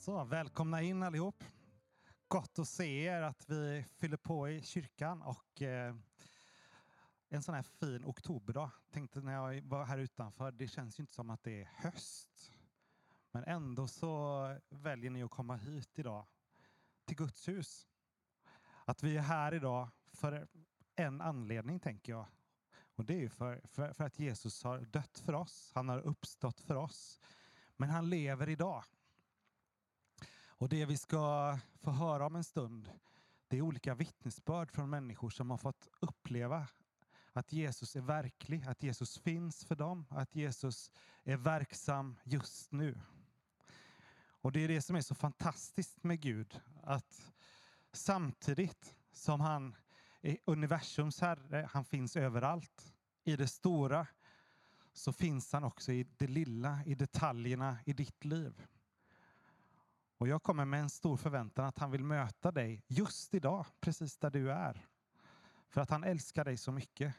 Så, välkomna in allihop. Gott att se er, att vi fyller på i kyrkan och en sån här fin oktoberdag. Tänkte när jag var här utanför, det känns ju inte som att det är höst. Men ändå så väljer ni att komma hit idag till Guds hus. Att vi är här idag för en anledning, tänker jag. Och det är ju för att Jesus har dött för oss. Han har uppstått för oss. Men han lever idag. Och det vi ska få höra om en stund, det är olika vittnesbörd från människor som har fått uppleva att Jesus är verklig, att Jesus finns för dem, att Jesus är verksam just nu. Och det är det som är så fantastiskt med Gud, att samtidigt som han är universums herre, han finns överallt, i det stora, så finns han också i det lilla, i detaljerna i ditt liv. Och jag kommer med en stor förväntan att han vill möta dig just idag, precis där du är. För att han älskar dig så mycket.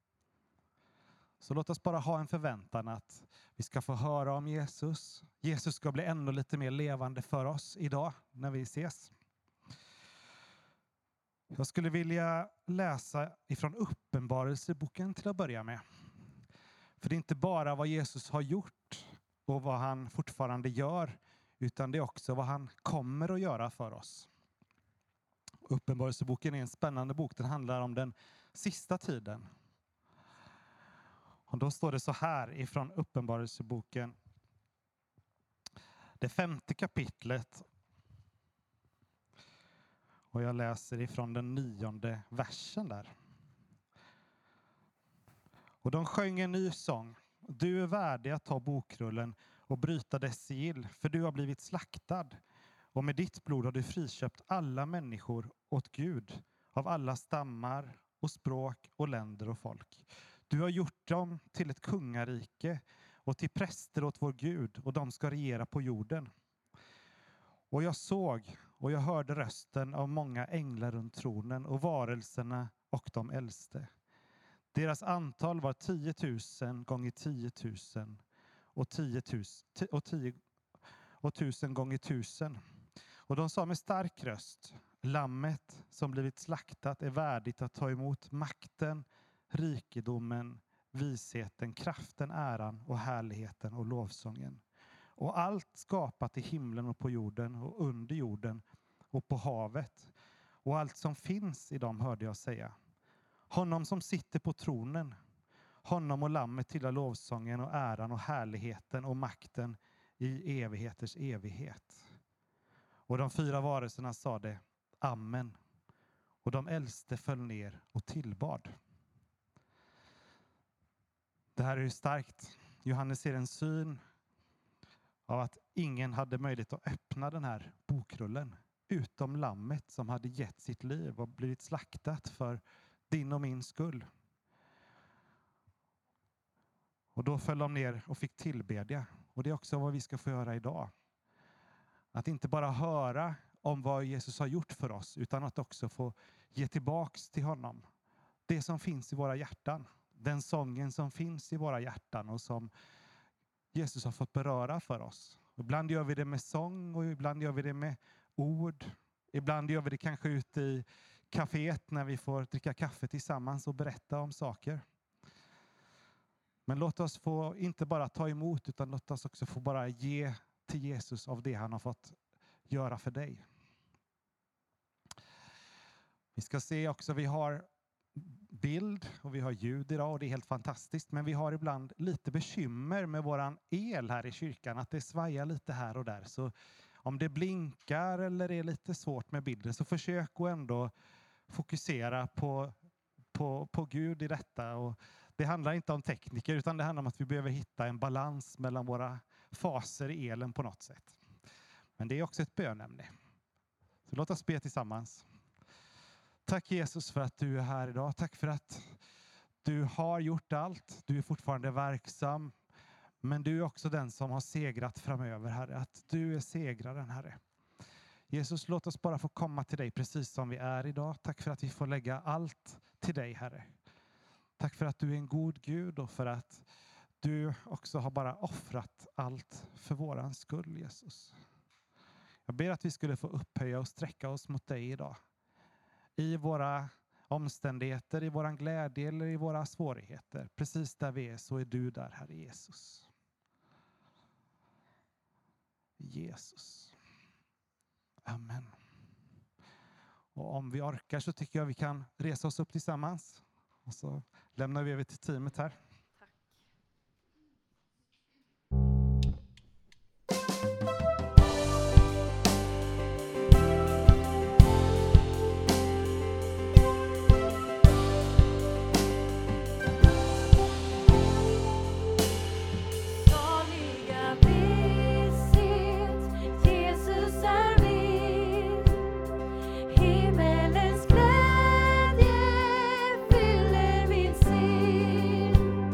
Så låt oss bara ha en förväntan att vi ska få höra om Jesus. Jesus ska bli ännu lite mer levande för oss idag när vi ses. Jag skulle vilja läsa ifrån Uppenbarelseboken till att börja med. För det är inte bara vad Jesus har gjort och vad han fortfarande gör, utan det är också vad han kommer att göra för oss. Uppenbarelseboken är en spännande bok. Den handlar om den sista tiden. Och då står det så här ifrån Uppenbarelseboken. Det 5:e kapitlet. Och jag läser ifrån den 9:e versen där. Och de sjöng en ny sång. Du är värdig att ta bokrullen och bryta dess sigill, för du har blivit slaktad. Och med ditt blod har du friköpt alla människor åt Gud, av alla stammar och språk och länder och folk. Du har gjort dem till ett kungarike och till präster åt vår Gud, och de ska regera på jorden. Och jag såg och jag hörde rösten av många änglar runt tronen och varelserna och de äldste. Deras antal var 10 000 gånger 10 000 och 10 000 och 1000 gånger 1000. Och de sa med stark röst: Lammet som blivit slaktat är värdigt att ta emot makten, rikedomen, visheten, kraften, äran och härligheten och lovsången. Och allt skapat i himlen och på jorden och under jorden och på havet. Och allt som finns i dem hörde jag säga: Honom som sitter på tronen, honom och lammet tillhör lovsången och äran och härligheten och makten i evigheters evighet. Och de 4 varelserna sade Amen. Och de äldste föll ner och tillbad. Det här är ju starkt. Johannes ser en syn av att ingen hade möjlighet att öppna den här bokrullen utom lammet som hade gett sitt liv och blivit slaktat för din och min skull. Och då föll de ner och fick tillbedja. Och det är också vad vi ska få göra idag. Att inte bara höra om vad Jesus har gjort för oss, utan att också få ge tillbaks till honom det som finns i våra hjärtan. Den sången som finns i våra hjärtan och som Jesus har fått beröra för oss. Ibland gör vi det med sång och ibland gör vi det med ord. Ibland gör vi det kanske ute i kaféet när vi får dricka kaffe tillsammans och berätta om saker. Men låt oss få inte bara ta emot, utan låt oss också få bara ge till Jesus av det han har fått göra för dig. Vi ska se också, vi har bild och vi har ljud idag och det är helt fantastiskt. Men vi har ibland lite bekymmer med våran el här i kyrkan, att det svajar lite här och där. Så om det blinkar eller är lite svårt med bilden, så försök att ändå fokusera på Gud i detta. Och det handlar inte om tekniker, utan det handlar om att vi behöver hitta en balans mellan våra faser i elen på något sätt. Men det är också ett bönämne. Så låt oss be tillsammans. Tack Jesus för att du är här idag. Tack för att du har gjort allt. Du är fortfarande verksam. Men du är också den som har segrat framöver, Herre. Att du är segraren, Herre. Jesus, låt oss bara få komma till dig precis som vi är idag. Tack för att vi får lägga allt till dig, Herre. Tack för att du är en god Gud och för att du också har bara offrat allt för våran skull, Jesus. Jag ber att vi skulle få upphöja och sträcka oss mot dig idag. I våra omständigheter, i våran glädje eller i våra svårigheter. Precis där vi är så är du där, Herre Jesus. Jesus. Amen. Och om vi orkar så tycker jag vi kan resa oss upp tillsammans. Och så lämnar vi över till teamet här. Himmelens glädje fyller min sin.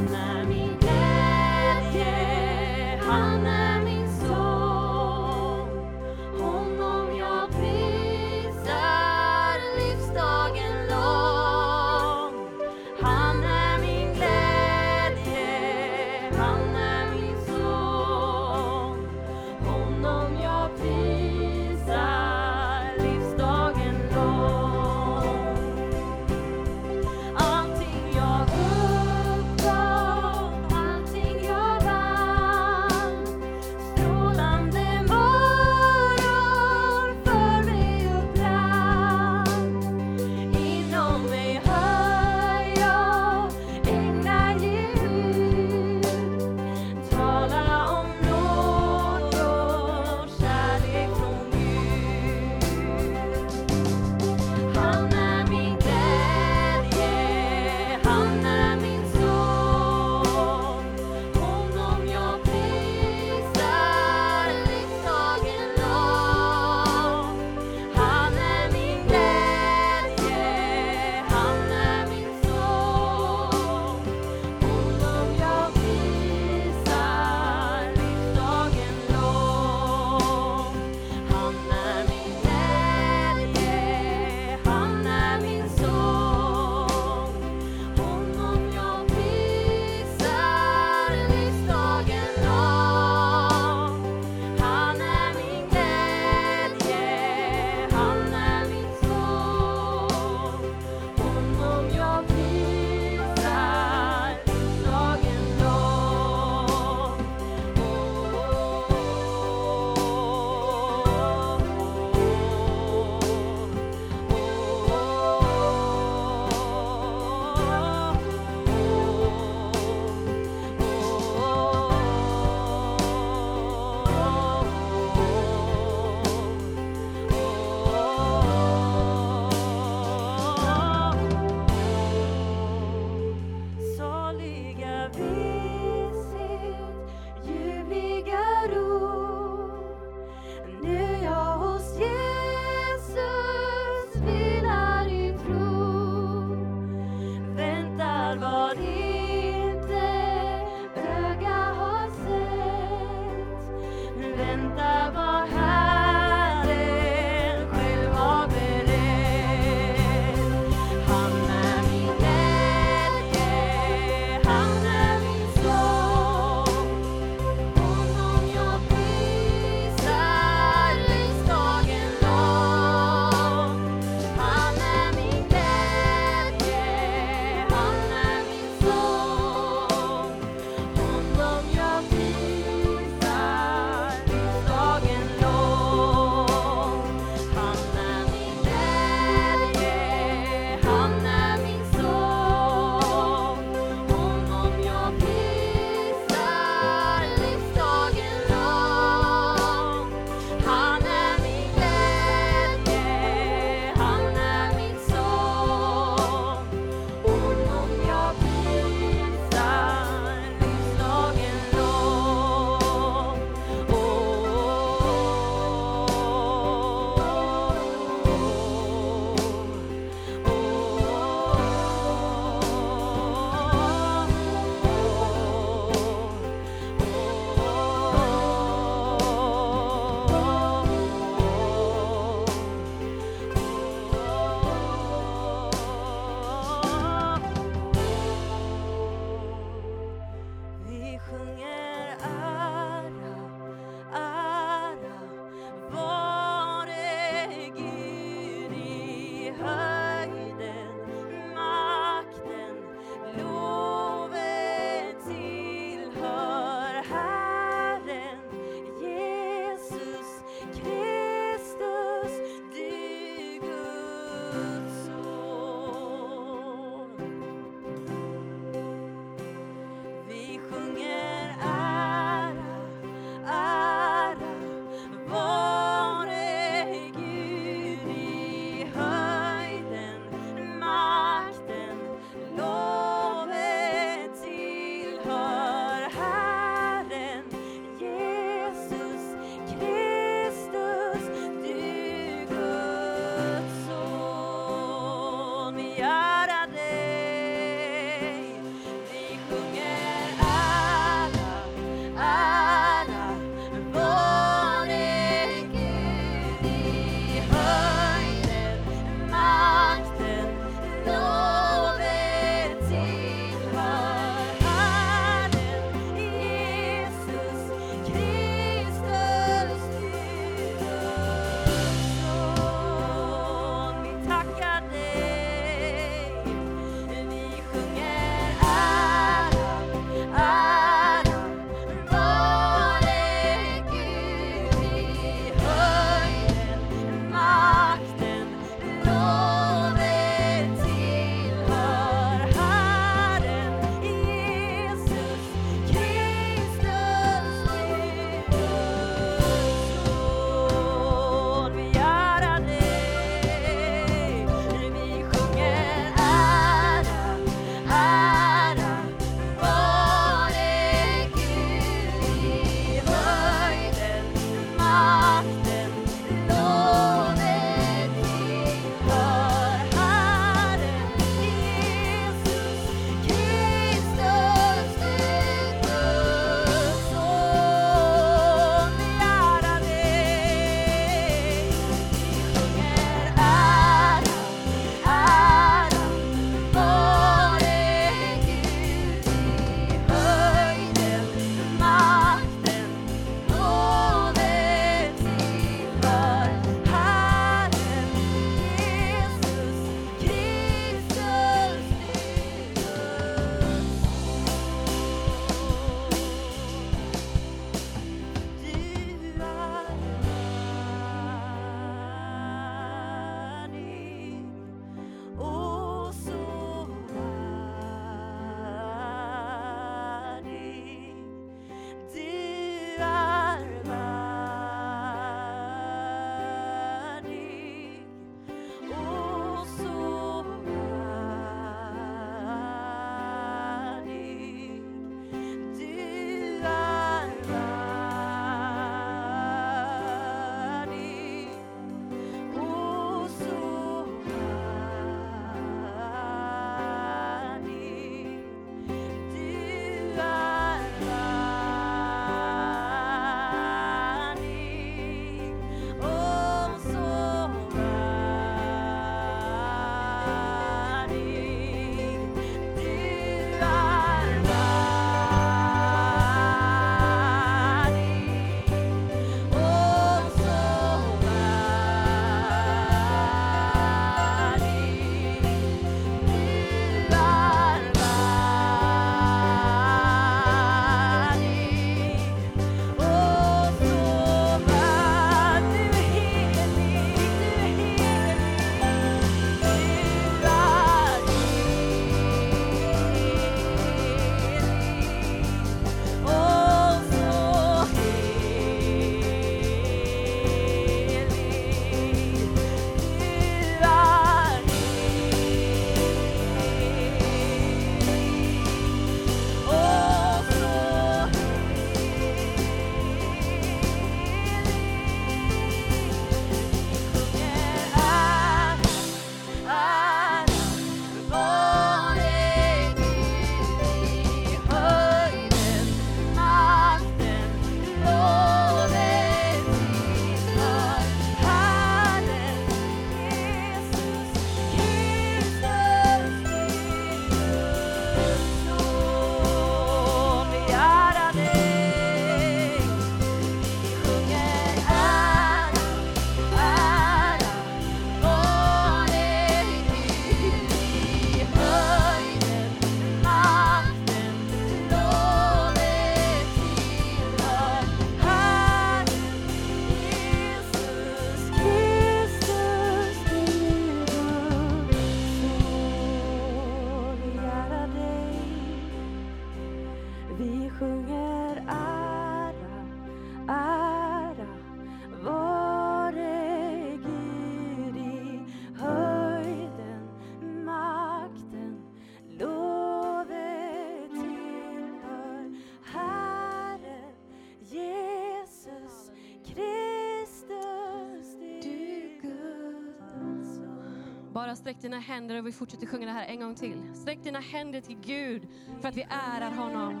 Bara sträck dina händer och vi fortsätter sjunga det här en gång till. Sträck dina händer till Gud för att vi ärar honom.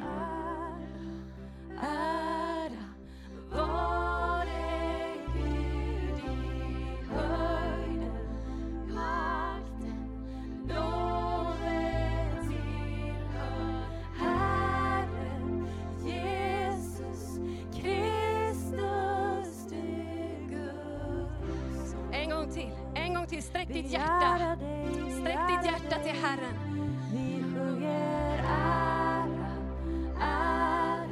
Ära vare Gud i höjden, makten, lovet tillhör Herren Jesus Kristus du Guds. En gång till, sträck ditt hjärta. Sträck ditt hjärta till Herren. Vi sjunger ära, ära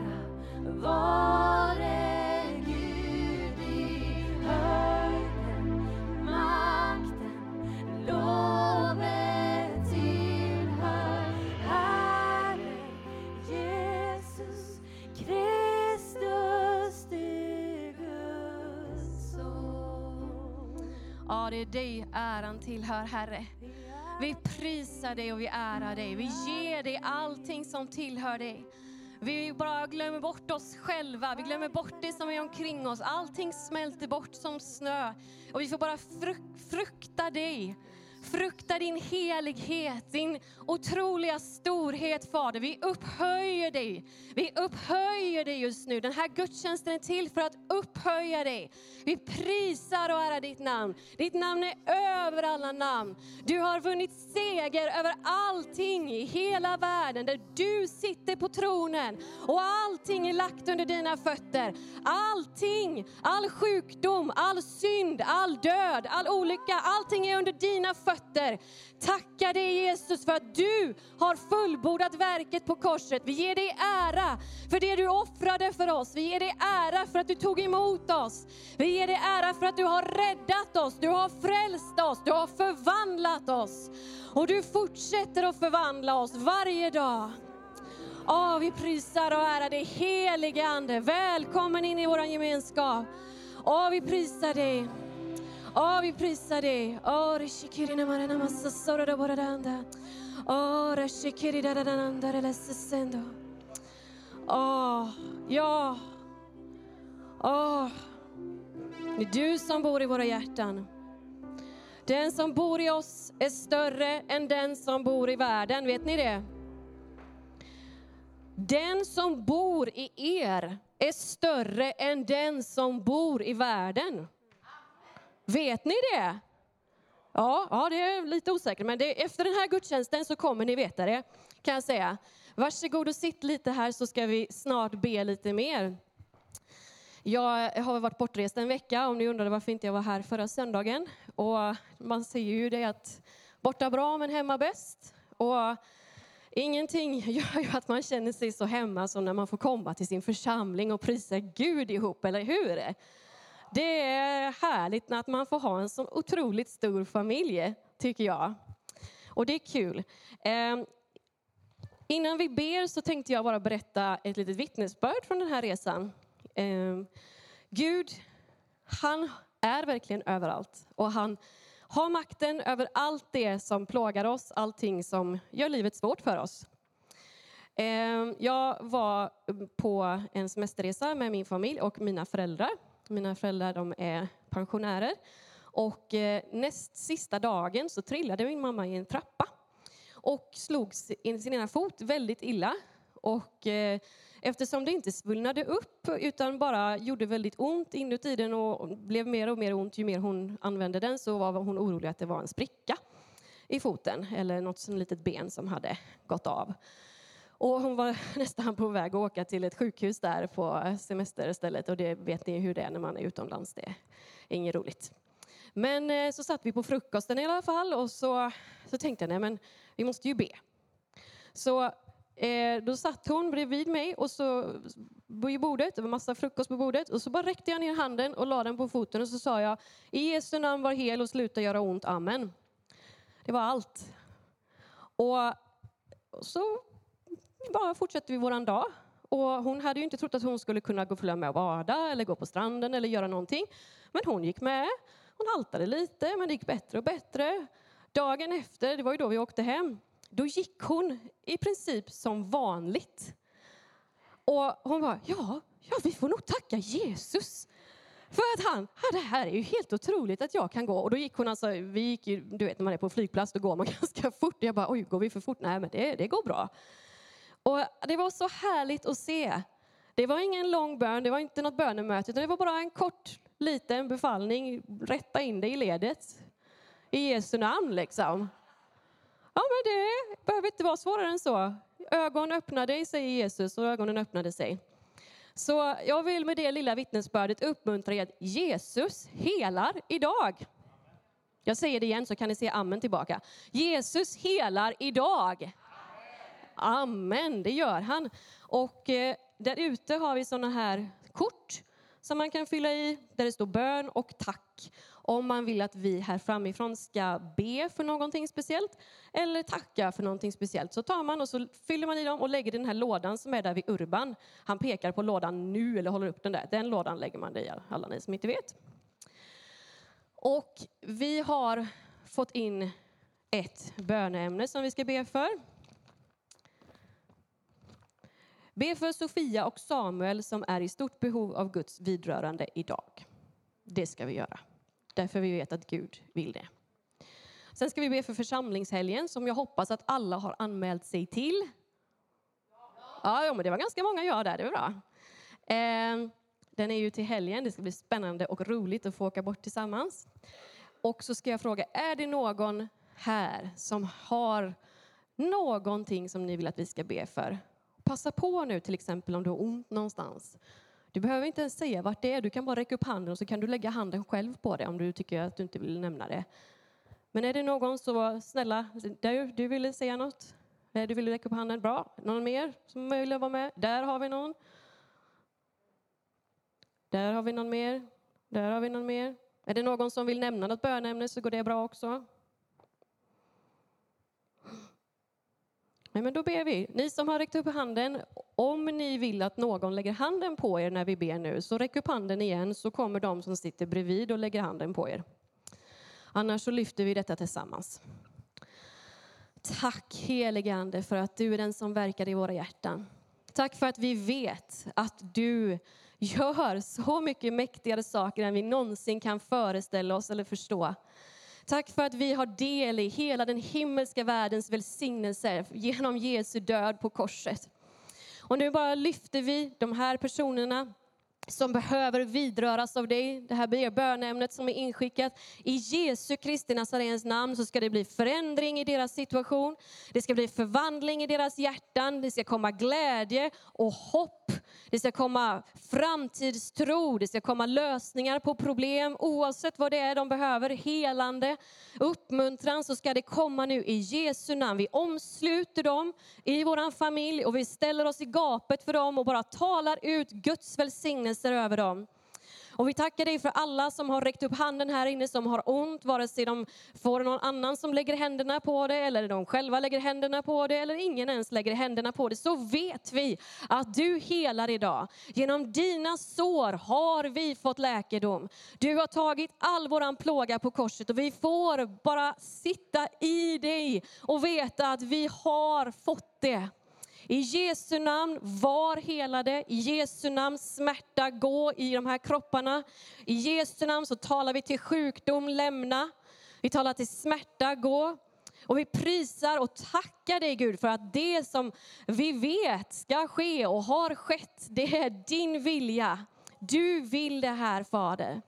vare Gud i höjden, makten, lovet tillhör Herren Jesus Kristus du Guds son. Ja, det är dig äran tillhör, Herre. Vi prisar dig och vi ärar dig. Vi ger dig allting som tillhör dig. Vi bara glömmer bort oss själva. Vi glömmer bort det som är omkring oss. Allting smälter bort som snö. Och vi får bara frukta dig. Frukta din helighet, din otroliga storhet, Fader. Vi upphöjer dig. Vi upphöjer dig just nu. Den här gudstjänsten är till för att upphöja dig. Vi prisar och ärar ditt namn. Ditt namn är över alla namn. Du har vunnit seger över allting i hela världen. Där du sitter på tronen. Och allting är lagt under dina fötter. Allting, all sjukdom, all synd, all död, all olycka. Allting är under dina fötter. Tacka dig Jesus för att du har fullbordat verket på korset. Vi ger dig ära för det du offrade för oss. Vi ger dig ära för att du tog emot oss. Vi ger dig ära för att du har räddat oss. Du har frälst oss. Du har förvandlat oss. Och du fortsätter att förvandla oss varje dag. Vi prisar och ärar dig, helige Ande. Välkommen in i vår gemenskap. Vi prisar dig. Vi prisar dig. Rishikirina marana massa sorada boradanda. Rishikirida dadanda relessendo. Ja. Det är du som bor i våra hjärtan. Den som bor i oss är större än den som bor i världen. Vet ni det? Den som bor i er är större än den som bor i världen. Vet ni det? Ja, det är lite osäkert. Men efter den här gudstjänsten så kommer ni veta det, kan jag säga. Varsågod och sitt lite här så ska vi snart be lite mer. Jag har varit bortrest en vecka, om ni undrade varför inte jag var här förra söndagen. Och man säger ju det att borta bra men hemma bäst. Och ingenting gör ju att man känner sig så hemma som när man får komma till sin församling och prisa Gud ihop, eller hur? Det är härligt att man får ha en så otroligt stor familj, tycker jag. Och det är kul. Innan vi ber så tänkte jag bara berätta ett litet vittnesbörd från den här resan. Gud, han är verkligen överallt. Och han har makten över allt det som plågar oss. Allting som gör livet svårt för oss. Jag var på en semesterresa med min familj och mina föräldrar. Mina föräldrar, de är pensionärer. Och näst sista dagen så trillade min mamma i en trappa. Och slog sin ena fot väldigt illa. Och eftersom det inte svullnade upp utan bara gjorde väldigt ont inuti den och blev mer och mer ont ju mer hon använde den, så var hon orolig att det var en spricka i foten. Eller något som litet ben som hade gått av. Och hon var nästan på väg att åka till ett sjukhus där på semesterstället. Och det vet ni hur det är när man är utomlands. Det är inget roligt. Men så satt vi på frukosten i alla fall. Och så tänkte jag, nej men vi måste ju be. Så då satt hon bredvid mig och så vid bordet. Det var massa frukost på bordet. Och så bara räckte jag ner handen och la den på foten. Och så sa jag, i Jesu namn var hel och sluta göra ont. Amen. Det var allt. Och så bara fortsatte vi våran dag. Och hon hade ju inte trott att hon skulle kunna gå följa med och bada eller gå på stranden eller göra någonting. Men hon gick med. Hon haltade lite men det gick bättre och bättre. Dagen efter, det var ju då vi åkte hem. Då gick hon i princip som vanligt. Och hon var, ja vi får nog tacka Jesus. För att det här är ju helt otroligt att jag kan gå. Och då gick hon alltså, vi gick ju, du vet när man är på flygplats då går man ganska fort. Jag bara, oj, går vi för fort? Nej, men det går bra. Och det var så härligt att se. Det var ingen lång bön, det var inte något bönemöte, utan det var bara en kort, liten befallning. Rätta in det i ledet. I Jesu namn liksom. Ja, men det behöver inte vara svårare än så. Ögon öppnade sig, Jesus, och ögonen öppnade sig. Så jag vill med det lilla vittnesbördet uppmuntra er att Jesus helar idag. Jag säger det igen så kan ni se amen tillbaka. Jesus helar idag. Amen, det gör han. Och där ute har vi såna här kort som man kan fylla i där det står bön och tack. Om man vill att vi här framifrån ska be för någonting speciellt eller tacka för någonting speciellt. Så tar man och så fyller man i dem och lägger den här lådan som är där vid Urban. Han pekar på lådan nu eller håller upp den där. Den lådan lägger man i, alla ni som inte vet. Och vi har fått in ett böneämne som vi ska be för. Be för Sofia och Samuel som är i stort behov av Guds vidrörande idag. Det ska vi göra. Därför vi vet att Gud vill det. Sen ska vi be för församlingshelgen som jag hoppas att alla har anmält sig till. Ja, men det var ganska många ja där, det var bra. Den är ju till helgen, det ska bli spännande och roligt att få åka bort tillsammans. Och så ska jag fråga, är det någon här som har någonting som ni vill att vi ska be för? Passa på nu till exempel om du har ont någonstans. Du behöver inte ens säga vart det är. Du kan bara räcka upp handen och så kan du lägga handen själv på det om du tycker att du inte vill nämna det. Men är det någon så snälla, du ville säga något? Du ville räcka upp handen? Bra. Någon mer som vill vara med? Där har vi någon. Där har vi någon mer. Där har vi någon mer. Är det någon som vill nämna något bönämne så går det bra också. Nej, men då ber vi. Ni som har räckt upp handen, om ni vill att någon lägger handen på er när vi ber nu, så räck upp handen igen så kommer de som sitter bredvid och lägger handen på er. Annars så lyfter vi detta tillsammans. Tack helige Ande för att du är den som verkar i våra hjärtan. Tack för att vi vet att du gör så mycket mäktigare saker än vi någonsin kan föreställa oss eller förstå. Tack för att vi har del i hela den himmelska världens välsignelse genom Jesu död på korset. Och nu bara lyfter vi de här personerna som behöver vidröras av dig. Det här bönämnet som är inskickat. I Jesu Kristi Nazarens namn så ska det bli förändring i deras situation. Det ska bli förvandling i deras hjärtan. Det ska komma glädje och hopp. Det ska komma framtidstro. Det ska komma lösningar på problem. Oavsett vad det är de behöver. Helande, uppmuntran, så ska det komma nu i Jesu namn. Vi omsluter dem i våran familj och vi ställer oss i gapet för dem och bara talar ut Guds välsignelser över dem. Och vi tackar dig för alla som har räckt upp handen här inne som har ont. Vare sig de får någon annan som lägger händerna på det. Eller de själva lägger händerna på det. Eller ingen ens lägger händerna på det. Så vet vi att du helar idag. Genom dina sår har vi fått läkedom. Du har tagit all våran plåga på korset. Och vi får bara sitta i dig och veta att vi har fått det. I Jesu namn var helade, i Jesu namn smärta gå i de här kropparna. I Jesu namn så talar vi till sjukdom lämna, vi talar till smärta gå. Och vi prisar och tackar dig Gud för att det som vi vet ska ske och har skett, det är din vilja. Du vill det här, Fader.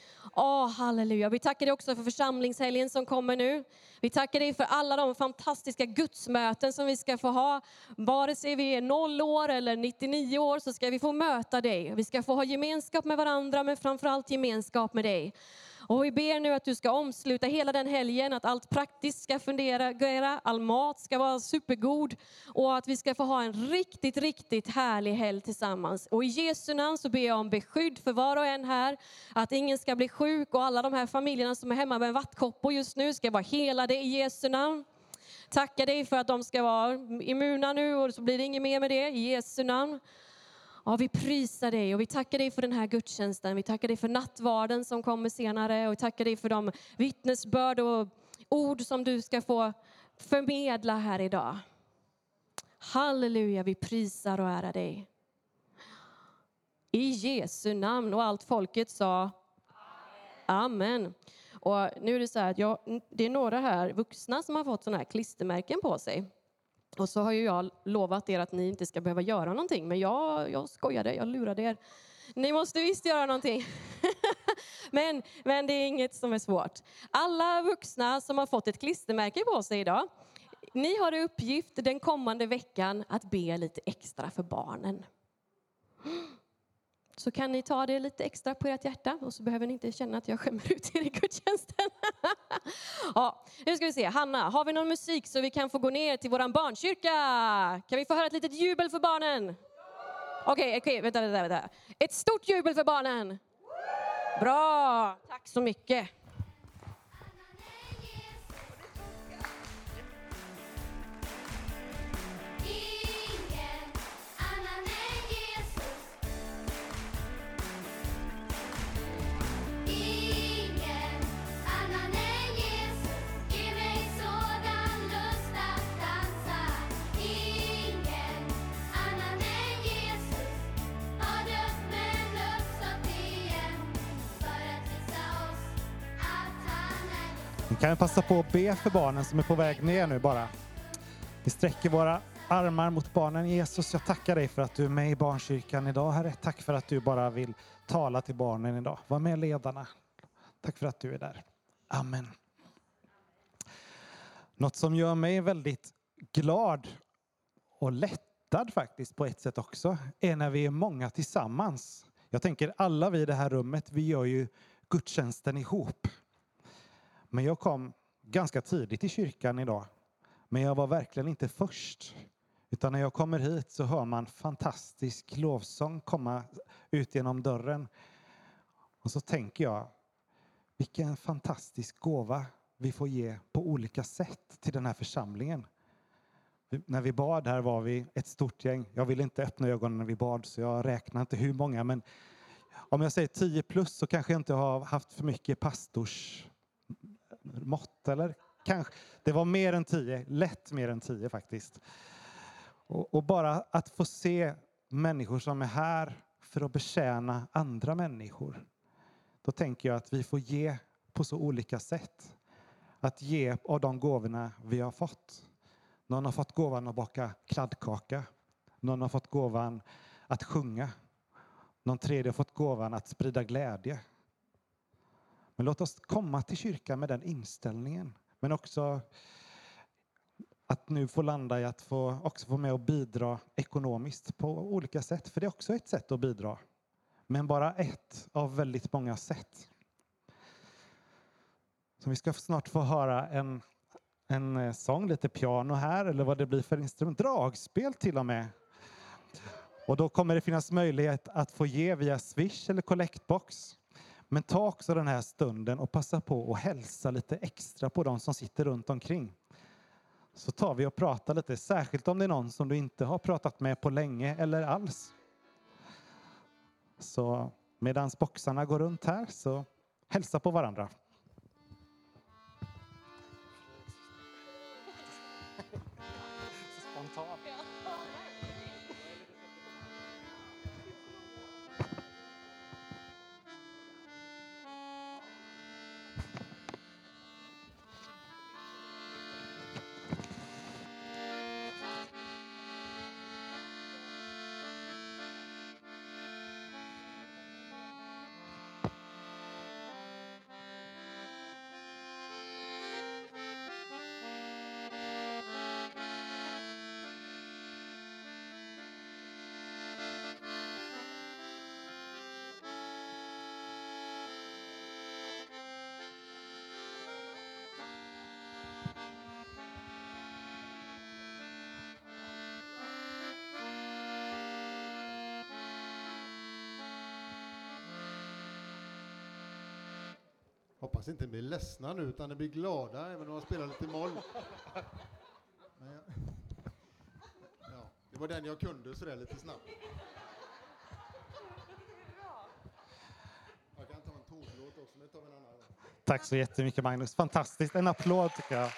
Halleluja. Vi tackar dig också för församlingshelgen som kommer nu. Vi tackar dig för alla de fantastiska gudsmöten som vi ska få ha. Vare sig vi är 0 år eller 99 år så ska vi få möta dig. Vi ska få ha gemenskap med varandra, men framförallt gemenskap med dig. Och vi ber nu att du ska omsluta hela den helgen, att allt praktiskt ska fungera, all mat ska vara supergod och att vi ska få ha en riktigt, riktigt härlig helg tillsammans. Och i Jesu namn så ber jag om beskydd för var och en här, att ingen ska bli sjuk och alla de här familjerna som är hemma med vattkoppor just nu ska vara helade i Jesu namn. Tackar dig för att de ska vara immuna nu och så blir det inget mer med det i Jesu namn. Ja, vi prisar dig och vi tackar dig för den här gudstjänsten. Vi tackar dig för nattvarden som kommer senare. Och vi tackar dig för de vittnesbörd och ord som du ska få förmedla här idag. Halleluja, vi prisar och ärar dig. I Jesu namn. Och allt folket sa amen. Och nu är det så här att det är några här vuxna som har fått sådana här klistermärken på sig. Och så har ju jag lovat er att ni inte ska behöva göra någonting. Men jag skojade, jag lurade er. Ni måste visst göra någonting. men det är inget som är svårt. Alla vuxna som har fått ett klistermärke på sig idag. Ni har i uppgift den kommande veckan att be lite extra för barnen. Så kan ni ta det lite extra på ert hjärta. Och så behöver ni inte känna att jag skämmer ut er i gudstjänsten. Ja, nu ska vi se. Hanna, har vi någon musik så vi kan få gå ner till våran barnkyrka? Kan vi få höra ett litet jubel för barnen? Okej, vänta. Ett stort jubel för barnen. Bra, tack så mycket. Vi kan passa på att be för barnen som är på väg ner nu bara. Vi sträcker våra armar mot barnen. Jesus, jag tackar dig för att du är med i barnkyrkan idag, Herre. Tack för att du bara vill tala till barnen idag. Var med ledarna. Tack för att du är där. Amen. Något som gör mig väldigt glad och lättad faktiskt på ett sätt också är när vi är många tillsammans. Jag tänker alla vi i det här rummet, vi gör ju gudstjänsten ihop. Men jag kom ganska tidigt i kyrkan idag. Men jag var verkligen inte först. Utan när jag kommer hit så hör man fantastisk lovsång komma ut genom dörren. Och så tänker jag, vilken fantastisk gåva vi får ge på olika sätt till den här församlingen. När vi bad här var vi ett stort gäng. Jag ville inte öppna ögonen när vi bad så jag räknar inte hur många. Men om jag säger 10 plus så kanske jag inte har haft för mycket pastors mått eller kanske. Det var mer än 10, lätt mer än 10 faktiskt. Och bara att få se människor som är här för att betjäna andra människor. Då tänker jag att vi får ge på så olika sätt. Att ge av de gåvorna vi har fått. Någon har fått gåvan att baka kladdkaka. Någon har fått gåvan att sjunga. Någon tredje har fått gåvan att sprida glädje. Men låt oss komma till kyrkan med den inställningen. Men också att nu få landa i att också få med och bidra ekonomiskt på olika sätt. För det är också ett sätt att bidra. Men bara ett av väldigt många sätt. Så vi ska snart få höra en sång, lite piano här. Eller vad det blir för instrument. Dragspel till och med. Och då kommer det finnas möjlighet att få ge via Swish eller Collectbox. Men ta också den här stunden och passa på att hälsa lite extra på de som sitter runt omkring. Så tar vi och pratar lite, särskilt om det är någon som du inte har pratat med på länge eller alls. Så medan boxarna går runt här så hälsa på varandra. Spontant. Hoppas inte bli ledsna nu utan det blir glada även om jag spelar lite moll. Ja, det var den jag kunde så där lite snabbt. Jag kan ta en tonlåt också, men tar vi en annan. Tack så jättemycket Magnus. Fantastiskt. En applåd tycker jag.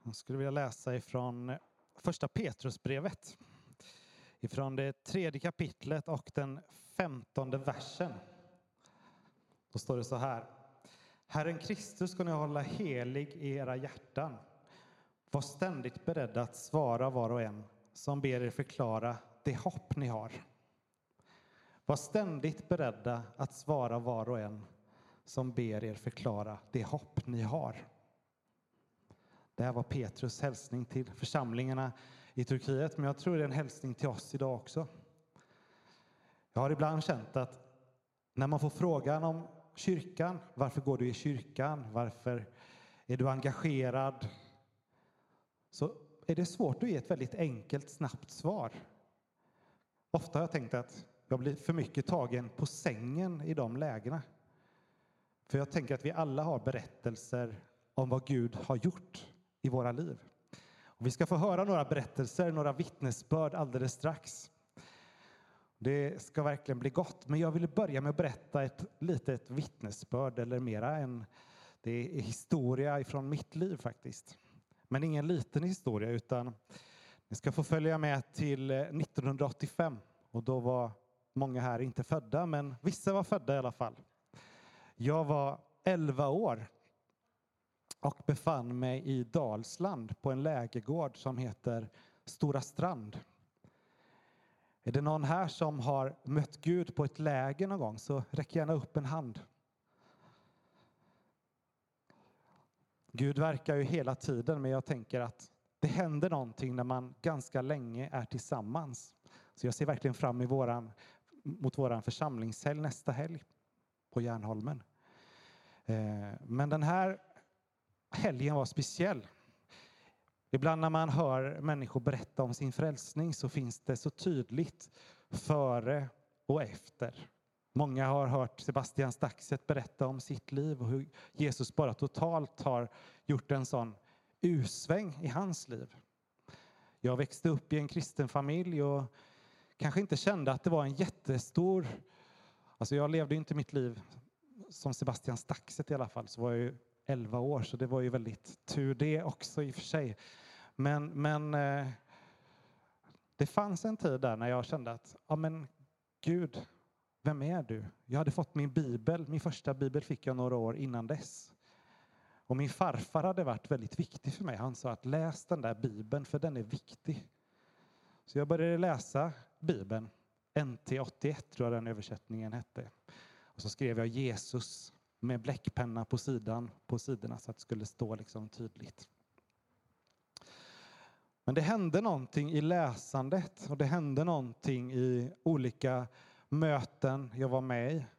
Jag skulle vilja läsa ifrån första Petrusbrevet. Ifrån det 3:e kapitlet och den 15:e versen. Då står det så här. Herren Kristus ska ni hålla helig i era hjärtan. Var ständigt beredda att svara var och en som ber er förklara det hopp ni har. Var ständigt beredda att svara var och en som ber er förklara det hopp ni har. Det här var Petrus hälsning till församlingarna i Turkiet, men jag tror det är en hälsning till oss idag också. Jag har ibland känt att när man får frågan om kyrkan, varför går du i kyrkan, varför är du engagerad, så är det svårt att ge ett väldigt enkelt, snabbt svar. Ofta har jag tänkt att jag blir för mycket tagen på sängen i de lägena. För jag tänker att vi alla har berättelser om vad Gud har gjort i våra liv. Och vi ska få höra några berättelser, några vittnesbörd alldeles strax. Det ska verkligen bli gott. Men jag vill börja med att berätta ett litet vittnesbörd, eller mera än det är historia ifrån mitt liv faktiskt. Men ingen liten historia, utan ni ska få följa med till 1985. Och då var många här inte födda, men vissa var födda i alla fall. Jag var 11 år och befann mig i Dalsland på en lägergård som heter Stora Strand. Är det någon här som har mött Gud på ett läger någon gång, så räck gärna upp en hand. Gud verkar ju hela tiden, men jag tänker att det händer någonting när man ganska länge är tillsammans. Så jag ser verkligen fram mot våran församlingshelg nästa helg på Järnholmen. Men den här helgen var speciell. Ibland när man hör människor berätta om sin frälsning så finns det så tydligt före och efter. Många har hört Sebastian Staxet berätta om sitt liv och hur Jesus bara totalt har gjort en sån usväng i hans liv. Jag växte upp i en kristen familj och kanske inte kände att det var en jättestor... Alltså jag levde inte mitt liv som Sebastian Staxet i alla fall, så var jag ju 11 år, så det var ju väldigt tur det också i och för sig. Men det fanns en tid där när jag kände att, ja men Gud, vem är du? Jag hade fått min första bibel fick jag några år innan dess. Och min farfar hade varit väldigt viktig för mig. Han sa att läs den där bibeln för den är viktig. Så jag började läsa bibeln. NT81 tror jag den översättningen hette. Och så skrev jag Jesus med bläckpenna på sidorna så att det skulle stå liksom tydligt. Men det hände någonting i läsandet och det hände någonting i olika möten jag var med i.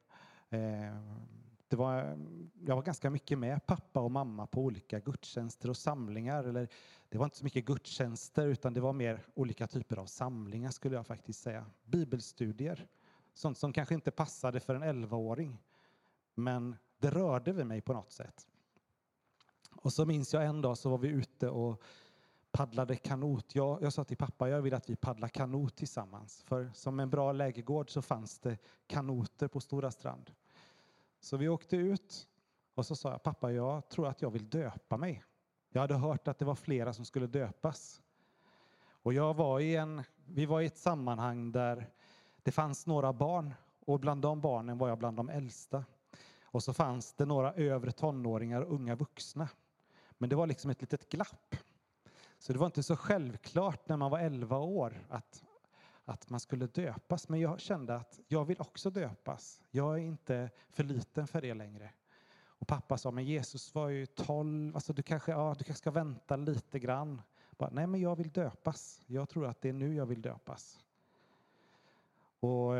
Jag var ganska mycket med pappa och mamma på olika gudstjänster och samlingar. Eller det var inte så mycket gudstjänster utan det var mer olika typer av samlingar skulle jag faktiskt säga. Bibelstudier. Sånt som kanske inte passade för en 11-åring. Men det rörde vid mig på något sätt. Och så minns jag en dag så var vi ute och paddlade kanot. Jag sa till pappa, jag vill att vi paddlar kanot tillsammans. För som en bra lägergård så fanns det kanoter på Stora Strand. Så vi åkte ut och så sa jag, pappa jag tror att jag vill döpa mig. Jag hade hört att det var flera som skulle döpas. Och vi var i ett sammanhang där det fanns några barn. Och bland de barnen var jag bland de äldsta. Och så fanns det några övre tonåringar och unga vuxna. Men det var liksom ett litet glapp. Så det var inte så självklart när man var 11 år att man skulle döpas. Men jag kände att jag vill också döpas. Jag är inte för liten för det längre. Och pappa sa, men Jesus var ju 12. Alltså du kanske ska vänta lite grann. Bara, nej men jag vill döpas. Jag tror att det är nu jag vill döpas. Och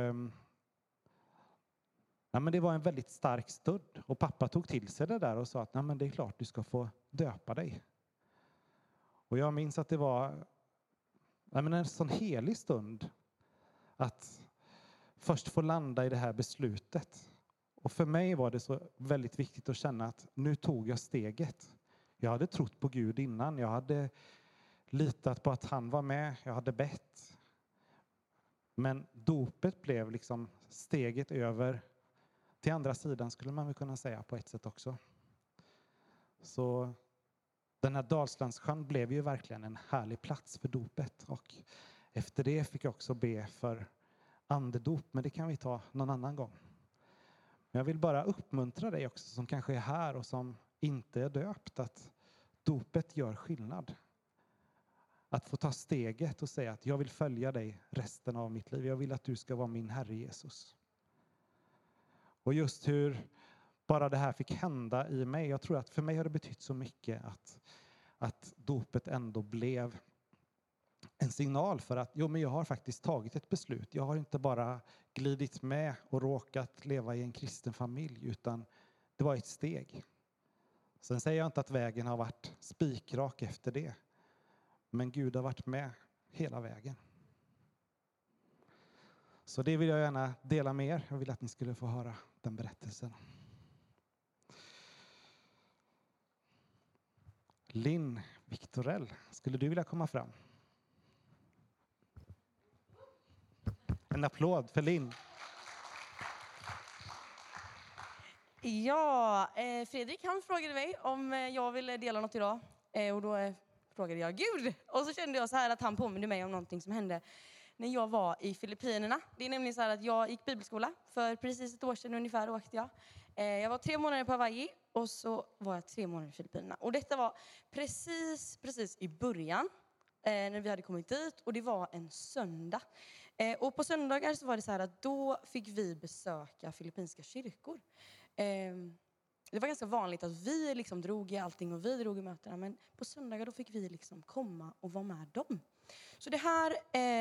men det var en väldigt stark stund. Och pappa tog till sig det där och sa att nej men det är klart du ska få döpa dig. Och jag minns att det var en sån helig stund att först få landa i det här beslutet. Och för mig var det så väldigt viktigt att känna att nu tog jag steget. Jag hade trott på Gud innan. Jag hade litat på att han var med. Jag hade bett. Men dopet blev liksom steget över till andra sidan skulle man väl kunna säga på ett sätt också. Så Den här Dalslandssjön blev ju verkligen en härlig plats för dopet. Och efter det fick jag också be för andedop, men det kan vi ta någon annan gång. Men jag vill bara uppmuntra dig också som kanske är här och som inte är döpt, att dopet gör skillnad. Att få ta steget och säga att jag vill följa dig resten av mitt liv. Jag vill att du ska vara min Herre Jesus. Och just hur bara det här fick hända i mig. Jag tror att för mig har det betytt så mycket att dopet ändå blev en signal för att men jag har faktiskt tagit ett beslut. Jag har inte bara glidit med och råkat leva i en kristen familj, utan det var ett steg. Sen säger jag inte att vägen har varit spikrak efter det. Men Gud har varit med hela vägen. Så det vill jag gärna dela med er. Jag vill att ni skulle få höra den berättelsen. Linn Victorell, skulle du vilja komma fram? En applåd för Linn. Ja, Fredrik han frågade mig om jag ville dela något idag. Och då frågade jag Gud. Och så kände jag så här att han påminde mig om någonting som hände när jag var i Filippinerna. Det är nämligen så här att jag gick bibelskola. För precis ett år sedan ungefär åkte jag. Jag var 3 månader på Hawaii och så var jag 3 månader i Filippinerna. Och detta var precis i början när vi hade kommit dit. Och det var en söndag. Och på söndagar så var det så här att då fick vi besöka filippinska kyrkor. Det var ganska vanligt att vi liksom drog i allting och vi drog i mötena. Men på söndagar då fick vi liksom komma och vara med dem. Så det här,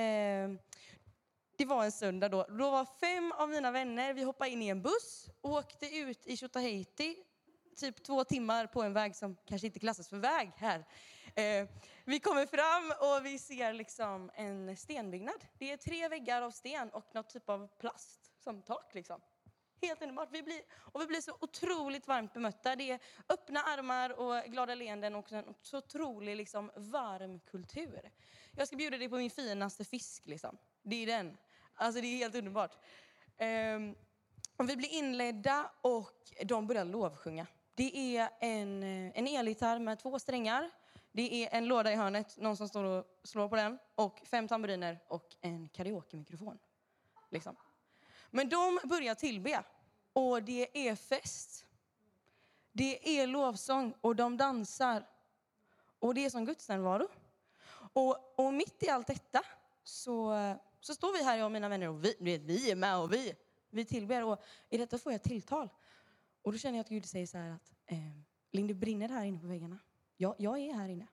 det var en söndag då. Då var 5 av mina vänner, vi hoppade in i en buss och åkte ut i Tjotahejti. Typ 2 timmar på en väg som kanske inte klassas för väg här. Vi kommer fram och vi ser liksom en stenbyggnad. Det är 3 väggar av sten och något typ av plast som tak liksom. Helt underbart. Vi blir så otroligt varmt bemötta. Det är öppna armar och glada leenden och en så otrolig liksom varm kultur. Jag ska bjuda dig på min finaste fisk liksom. Det är den. Alltså det är helt underbart. Och vi blir inledda och de börjar lovsjunga. Det är en elgitarr med 2 strängar. Det är en låda i hörnet, någon som står och slår på den. Och 5 tamburiner och en karaoke-mikrofon. Liksom. Men de börjar tillbe. Och det är fest. Det är lovsång och de dansar. Och det är som gudsnärvaro. Och mitt i allt detta så står vi här, jag och mina vänner. Och vi är med och vi tillber. Och i detta får jag tilltal. Och då känner jag att Gud säger så här att Linn, det brinner här inne på väggarna. Jag är här inne.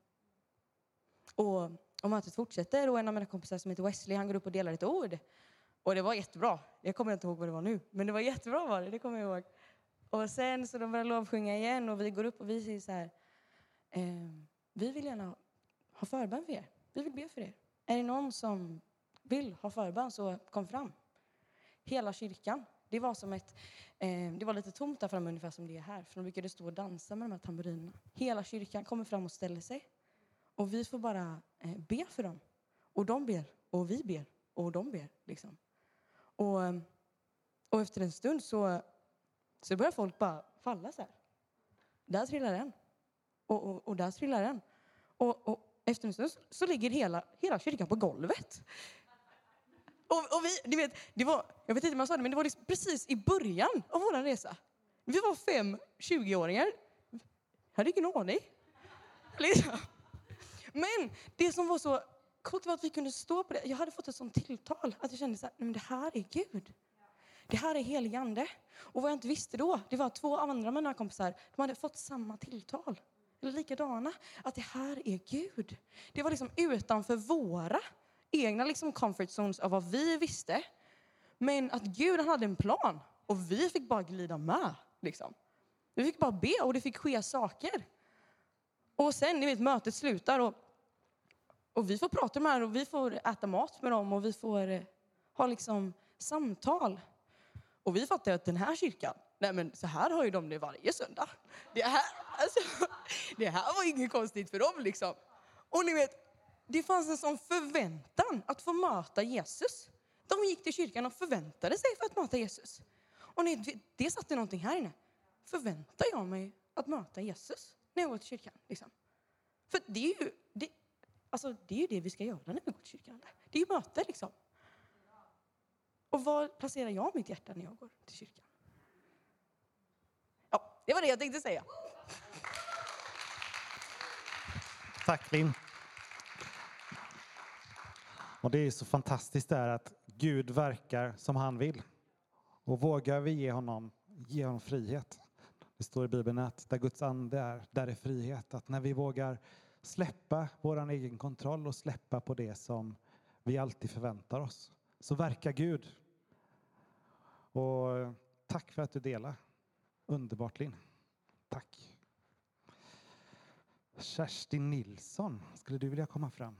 Och mötet fortsätter. Och en av mina kompisar som heter Wesley, han går upp och delar ett ord. Och det var jättebra. Jag kommer inte ihåg vad det var nu. Men det var jättebra var det. Det kommer jag ihåg. Och sen så de börjar lovsjunga igen. Och vi går upp och vi säger så här. Vi vill gärna ha förbön för er. Vi vill be för er. Är det någon som vill ha förbön så kom fram. Hela kyrkan. Det var som det var lite tomt där framme ungefär som det är här. För de brukade stå och dansa med de här tamburinerna. Hela kyrkan kommer fram och ställer sig. Och vi får bara be för dem. Och de ber. Och vi ber. Och de ber liksom. Och efter en stund så börjar folk bara falla så här. Där trillar den. Och där trillar den. Och efter en stund så ligger hela kyrkan på golvet. Och vi, du vet, det var, jag vet inte om jag sa det, men det var liksom precis i början av vår resa. Vi var 5 20-åringar. Jag hade ingen aning. Liksom. Men det som var så coolt var att vi kunde stå på det. Jag hade fått ett sånt tilltal att jag kände så här, men det här är Gud. Det här är helig ande. Och vad jag inte visste då, det var 2 andra mina kompisar. De hade fått samma tilltal. Eller likadana. Att det här är Gud. Det var liksom utanför våra egna liksom comfort zones av vad vi visste. Men att Gud hade en plan. Och vi fick bara glida med. Liksom. Vi fick bara be och det fick ske saker. Och sen, ni vet, mötet slutar och vi får prata med dem och vi får äta mat med dem och vi får ha liksom samtal. Och vi fattar att den här kyrkan, nej men så här har ju de det varje söndag. Det här var inget konstigt för dem liksom. Och ni vet, det fanns en sån förväntan att få möta Jesus. De gick till kyrkan och förväntade sig för att möta Jesus. Och det satte någonting här inne. Förväntar jag mig att möta Jesus när jag går till kyrkan? Liksom. För det är ju det vi ska göra när vi går till kyrkan. Det är ju möte liksom. Och var placerar jag mitt hjärta när jag går till kyrkan? Ja, det var det jag tänkte säga. Tack Linn. Och det är så fantastiskt där att Gud verkar som han vill. Och vågar vi ge honom frihet. Det står i Bibeln att där Guds ande är, där är frihet. Att när vi vågar släppa vår egen kontroll och släppa på det som vi alltid förväntar oss, så verkar Gud. Och tack för att du delar. Underbart Linn. Tack. Kerstin Nilsson, skulle du vilja komma fram?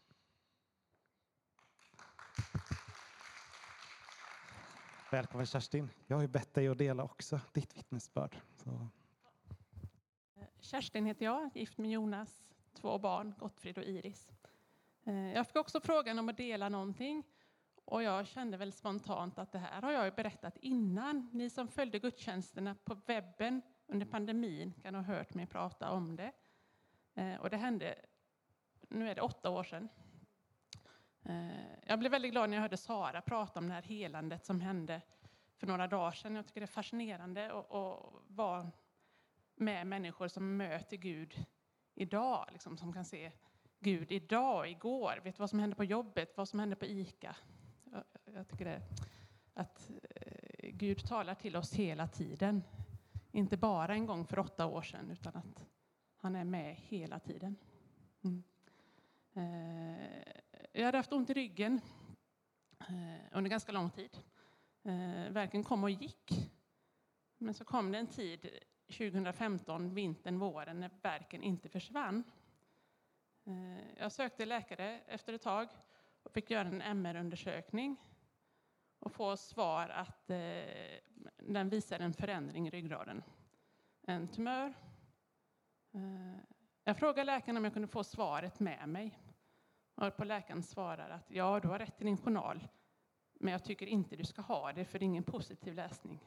Välkommen Kerstin. Jag har ju bett dig att dela också ditt vittnesbörd. Så. Kerstin heter jag, gift med Jonas, 2 barn, Gottfrid och Iris. Jag fick också frågan om att dela någonting. Och jag kände väl spontant att det här har jag ju berättat innan. Ni som följde gudstjänsterna på webben under pandemin kan ha hört mig prata om det. Och det hände, nu är det 8 år sedan. Jag blev väldigt glad när jag hörde Sara prata om det här helandet som hände för några dagar sedan. Jag tycker det är fascinerande att vara med människor som möter Gud idag. Liksom, som kan se Gud idag, igår. Vet vad som hände på jobbet, vad som hände på ICA. Jag tycker det att Gud talar till oss hela tiden. Inte bara en gång för 8 år sedan, utan att han är med hela tiden. Jag hade haft ont i ryggen under ganska lång tid. Värken kom och gick. Men så kom det en tid, 2015, vintern, våren, när värken inte försvann. Jag sökte läkare efter ett tag och fick göra en MR-undersökning. Och få svar att den visar en förändring i ryggraden. En tumör. Jag frågade läkaren om jag kunde få svaret med mig. Och på läkaren svarar att ja, du har rätt i din journal. Men jag tycker inte du ska ha det, för det är ingen positiv läsning.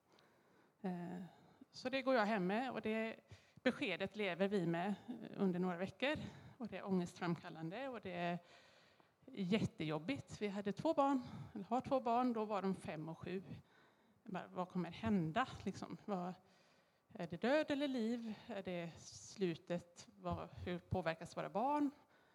Så det går jag hem med, och det beskedet lever vi med under några veckor. Och det är ångestframkallande och det är jättejobbigt. Vi hade 2 barn, eller har 2 barn, då var de 5 och 7. Vad kommer hända? Liksom, är det död eller liv? Är det slutet? Hur påverkas våra barn?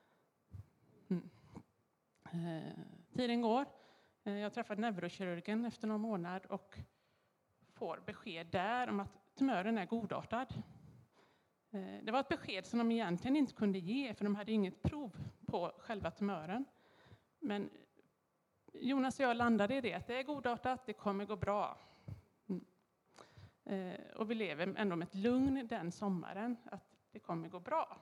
Tiden går. Jag träffade neurokirurgen efter någon månad och får besked där om att tumören är godartad. Det var ett besked som de egentligen inte kunde ge, för de hade inget prov på själva tumören. Men Jonas och jag landade i det, att det är godartat, det kommer gå bra. Och vi lever ändå med ett lugn den sommaren, att det kommer gå bra.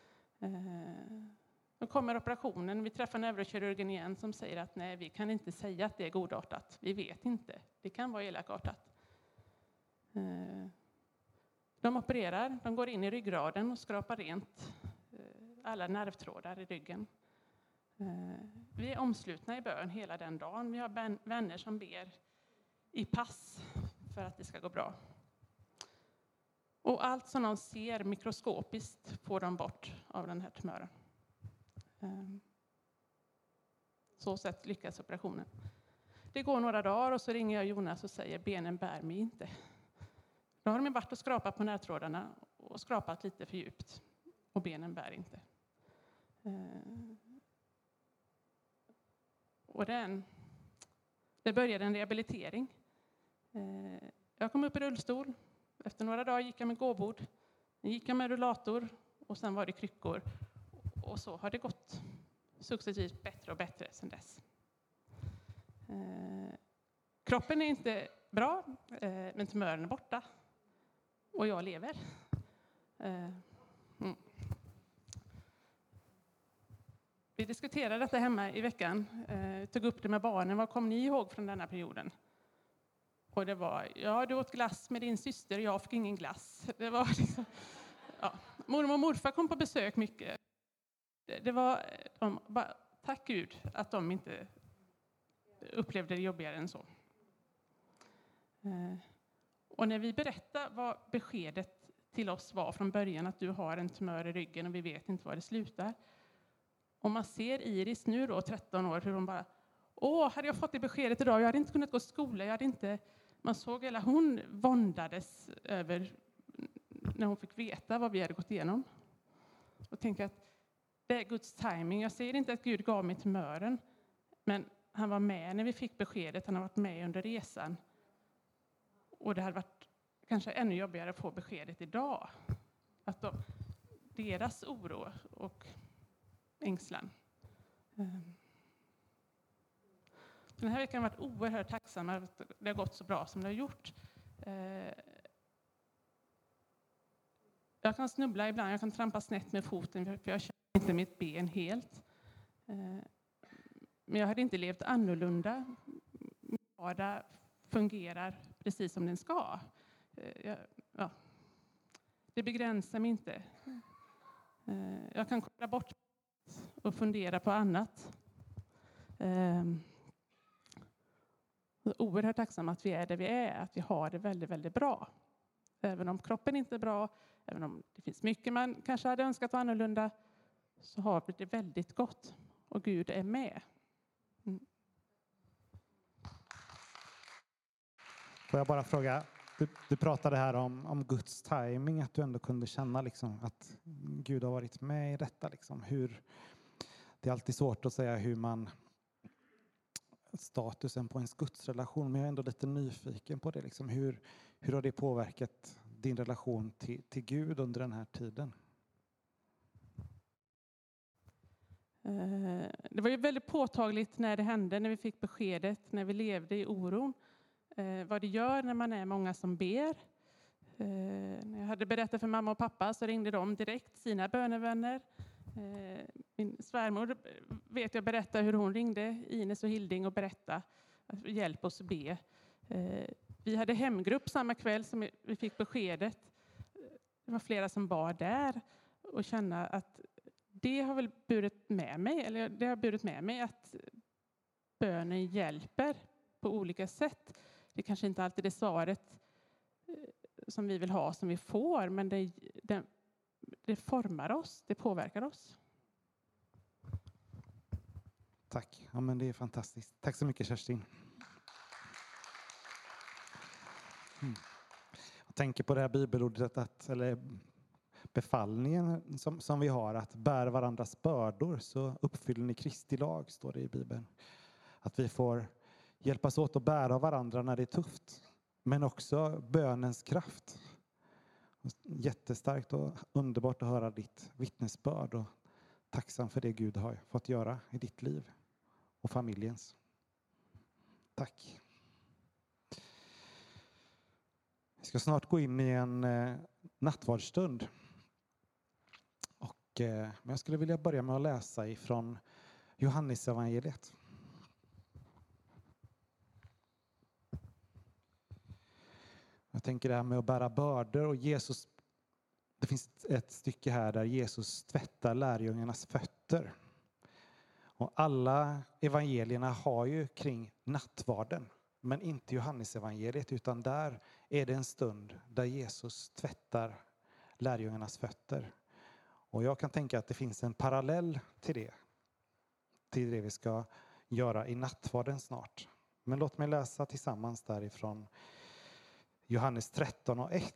Då kommer operationen, vi träffar neurokirurgen igen som säger att nej, vi kan inte säga att det är godartat. Vi vet inte, det kan vara elakartat. De opererar, de går in i ryggraden och skrapar rent alla nervtrådar i ryggen. Vi är omslutna i bön hela den dagen. Vi har vänner som ber i pass för att det ska gå bra. Och allt som de ser mikroskopiskt får de bort av den här tumören. Så sätt lyckas operationen. Det går några dagar och så ringer jag Jonas och säger benen bär mig inte. Då har de varit och skrapat på nervtrådarna och skrapat lite för djupt. Och benen bär inte. Och det började en rehabilitering. Jag kom upp i rullstol. Efter några dagar gick jag med gåbord. Sen gick jag med rullator. Och sen var det kryckor. Och så har det gått successivt bättre och bättre sedan dess. Kroppen är inte bra, men tumören är borta. Och jag lever. Vi diskuterade detta hemma i veckan. Tog upp det med barnen. Vad kom ni ihåg från denna perioden? Och det var, ja, du åt glass med din syster. Jag fick ingen glass. Det var liksom, ja. Mormor och morfar kom på besök mycket. Det var, tack Gud att de inte upplevde det jobbigare än så. Och när vi berättade vad beskedet till oss var från början att du har en tumör i ryggen och vi vet inte var det slutar. Och man ser Iris nu då, 13 år, hur hon bara, hade jag fått det beskedet idag, jag hade inte kunnat gå till skola, man såg hela hon våndades över när hon fick veta vad vi hade gått igenom. Och tänka att det är Guds timing. Jag säger inte att Gud gav mig tumören, men han var med när vi fick beskedet, han har varit med under resan. Och det hade varit kanske ännu jobbigare att få beskedet idag. Att deras oro och ängslan. Den här veckan har varit oerhört tacksam att det har gått så bra som det har gjort. Jag kan snubbla ibland, jag kan trampa snett med foten för jag känner inte mitt ben helt. Men jag hade inte levt annorlunda. Min vardag fungerar precis som den ska. Det begränsar mig inte. Jag kan koppla bort och fundera på annat. Oerhört tacksam att vi är där vi är, att vi har det väldigt, väldigt bra. Även om kroppen inte är bra, även om det finns mycket man kanske hade önskat vara annorlunda, så har vi det väldigt gott. Och Gud är med. Får jag bara fråga, du pratade här om Guds timing, att du ändå kunde känna liksom att Gud har varit med i detta. Liksom. Det är alltid svårt att säga hur statusen på ens gudsrelation, men jag är ändå lite nyfiken på det. Liksom. Hur har det påverkat din relation till Gud under den här tiden? Det var ju väldigt påtagligt när det hände, när vi fick beskedet, när vi levde i oron. Vad det gör när man är många som ber. När jag hade berättat för mamma och pappa så ringde de direkt sina bönevänner. Min svärmor vet jag berätta hur hon ringde Ines och Hilding och berätta att hjälp oss be. Vi hade hemgrupp samma kväll som vi fick beskedet. Det var flera som var där och känna att det har väl burit med mig, eller det har burit med mig att bönen hjälper på olika sätt. Det kanske inte alltid är svaret som vi vill ha, som vi får, men det formar oss, det påverkar oss. Tack, ja, men det är fantastiskt. Tack så mycket, Kerstin. Jag tänker på det här bibelordet, eller befallningen som vi har, att bära varandras bördor, så uppfyller ni Kristi lag, står det i Bibeln. Att vi får hjälpas åt att bära varandra när det är tufft, men också bönens kraft. Jättestarkt och underbart att höra ditt vittnesbörd, och tacksam för det Gud har fått göra i ditt liv och familjens. Tack. Vi ska snart gå in i en nattvardsstund. Men jag skulle vilja börja med att läsa ifrån Johannes evangeliet. Jag tänker det här med att bära bördor, och Jesus, det finns ett stycke här där Jesus tvättar lärjungarnas fötter. Och alla evangelierna har ju kring nattvarden, men inte Johannes evangeliet, utan där är det en stund där Jesus tvättar lärjungarnas fötter. Och jag kan tänka att det finns en parallell till det vi ska göra i nattvarden snart. Men låt mig läsa tillsammans därifrån Johannes 13:1.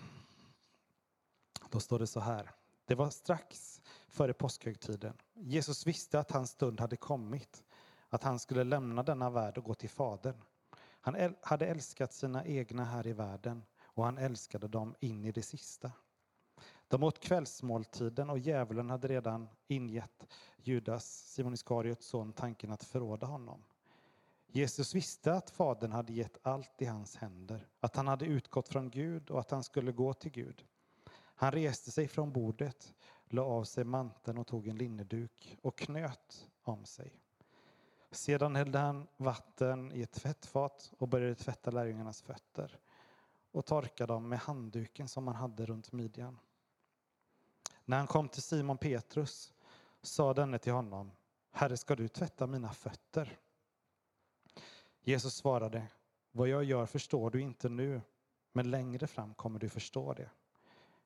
Då står det så här. Det var strax före påskhögtiden. Jesus visste att hans stund hade kommit, att han skulle lämna denna värld och gå till Fadern. Han hade älskat sina egna här i världen, och han älskade dem in i det sista. De åt kvällsmåltiden, och djävulen hade redan ingett Judas, Simon Iskariots son, tanken att förråda honom. Jesus visste att Fadern hade gett allt i hans händer, att han hade utgått från Gud och att han skulle gå till Gud. Han reste sig från bordet, la av sig manteln och tog en linneduk och knöt om sig. Sedan hällde han vatten i ett tvättfat och började tvätta lärjungarnas fötter och torka dem med handduken som han hade runt midjan. När han kom till Simon Petrus sa denne till honom: Herre, ska du tvätta mina fötter? Jesus svarade: Vad jag gör förstår du inte nu, men längre fram kommer du förstå det.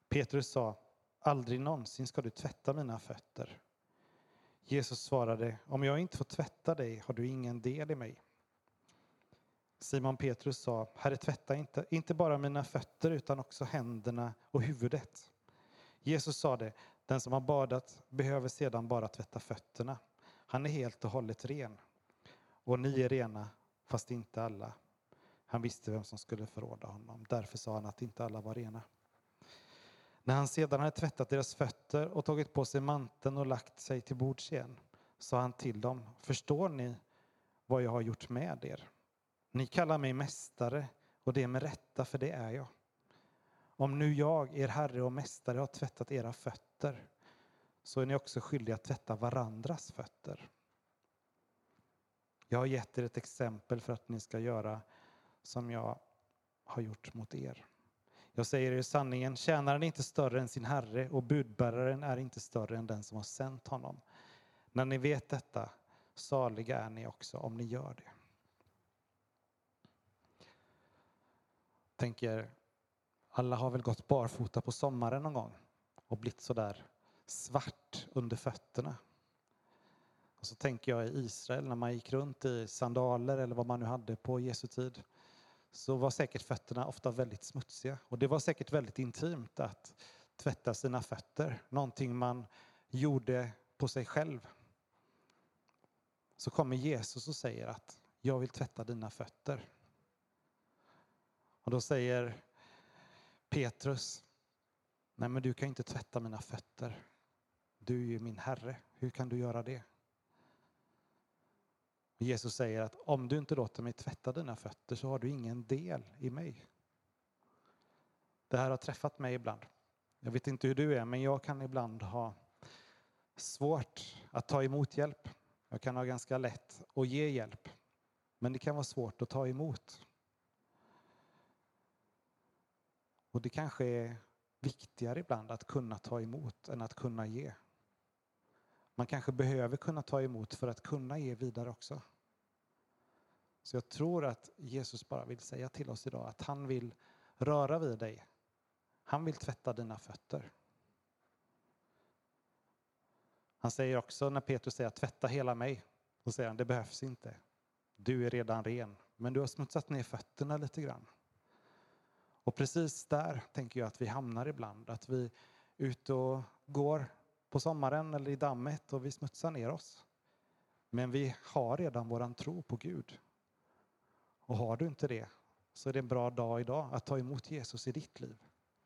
Petrus sa, aldrig någonsin ska du tvätta mina fötter. Jesus svarade, om jag inte får tvätta dig har du ingen del i mig. Simon Petrus sa, Herre, tvätta inte bara mina fötter utan också händerna och huvudet. Jesus sa det, den som har badat behöver sedan bara tvätta fötterna. Han är helt och hållet ren. Och ni är rena, fast inte alla. Han visste vem som skulle förråda honom. Därför sa han att inte alla var rena. När han sedan hade tvättat deras fötter och tagit på sig manteln och lagt sig till bords igen, sa han till dem, förstår ni vad jag har gjort med er? Ni kallar mig mästare och det är med rätta, för det är jag. Om nu jag, er herre och mästare, har tvättat era fötter, så är ni också skyldiga att tvätta varandras fötter. Jag har gett er ett exempel för att ni ska göra som jag har gjort mot er. Jag säger er sanningen, tjänaren är inte större än sin herre och budbäraren är inte större än den som har sänt honom. När ni vet detta, saliga är ni också om ni gör det. Tänker, alla har väl gått barfota på sommaren någon gång och blivit så där svart under fötterna. Och så tänker jag i Israel när man gick runt i sandaler eller vad man nu hade på Jesu tid, så var säkert fötterna ofta väldigt smutsiga. Och det var säkert väldigt intimt att tvätta sina fötter. Någonting man gjorde på sig själv. Så kommer Jesus och säger att jag vill tvätta dina fötter. Och då säger Petrus, nej men du kan inte tvätta mina fötter. Du är ju min herre, hur kan du göra det? Och Jesus säger att om du inte låter mig tvätta dina fötter så har du ingen del i mig. Det här har träffat mig ibland. Jag vet inte hur du är, men jag kan ibland ha svårt att ta emot hjälp. Jag kan ha ganska lätt att ge hjälp. Men det kan vara svårt att ta emot. Och det kanske är viktigare ibland att kunna ta emot än att kunna ge. Man kanske behöver kunna ta emot för att kunna ge vidare också. Så jag tror att Jesus bara vill säga till oss idag att han vill röra vid dig. Han vill tvätta dina fötter. Han säger också när Petrus säger tvätta hela mig. Då säger han det behövs inte. Du är redan ren. Men du har smutsat ner fötterna lite grann. Och precis där tänker jag att vi hamnar ibland. Att vi är ute och går på sommaren eller i dammet och vi smutsar ner oss. Men vi har redan våran tro på Gud. Och har du inte det så är det en bra dag idag att ta emot Jesus i ditt liv.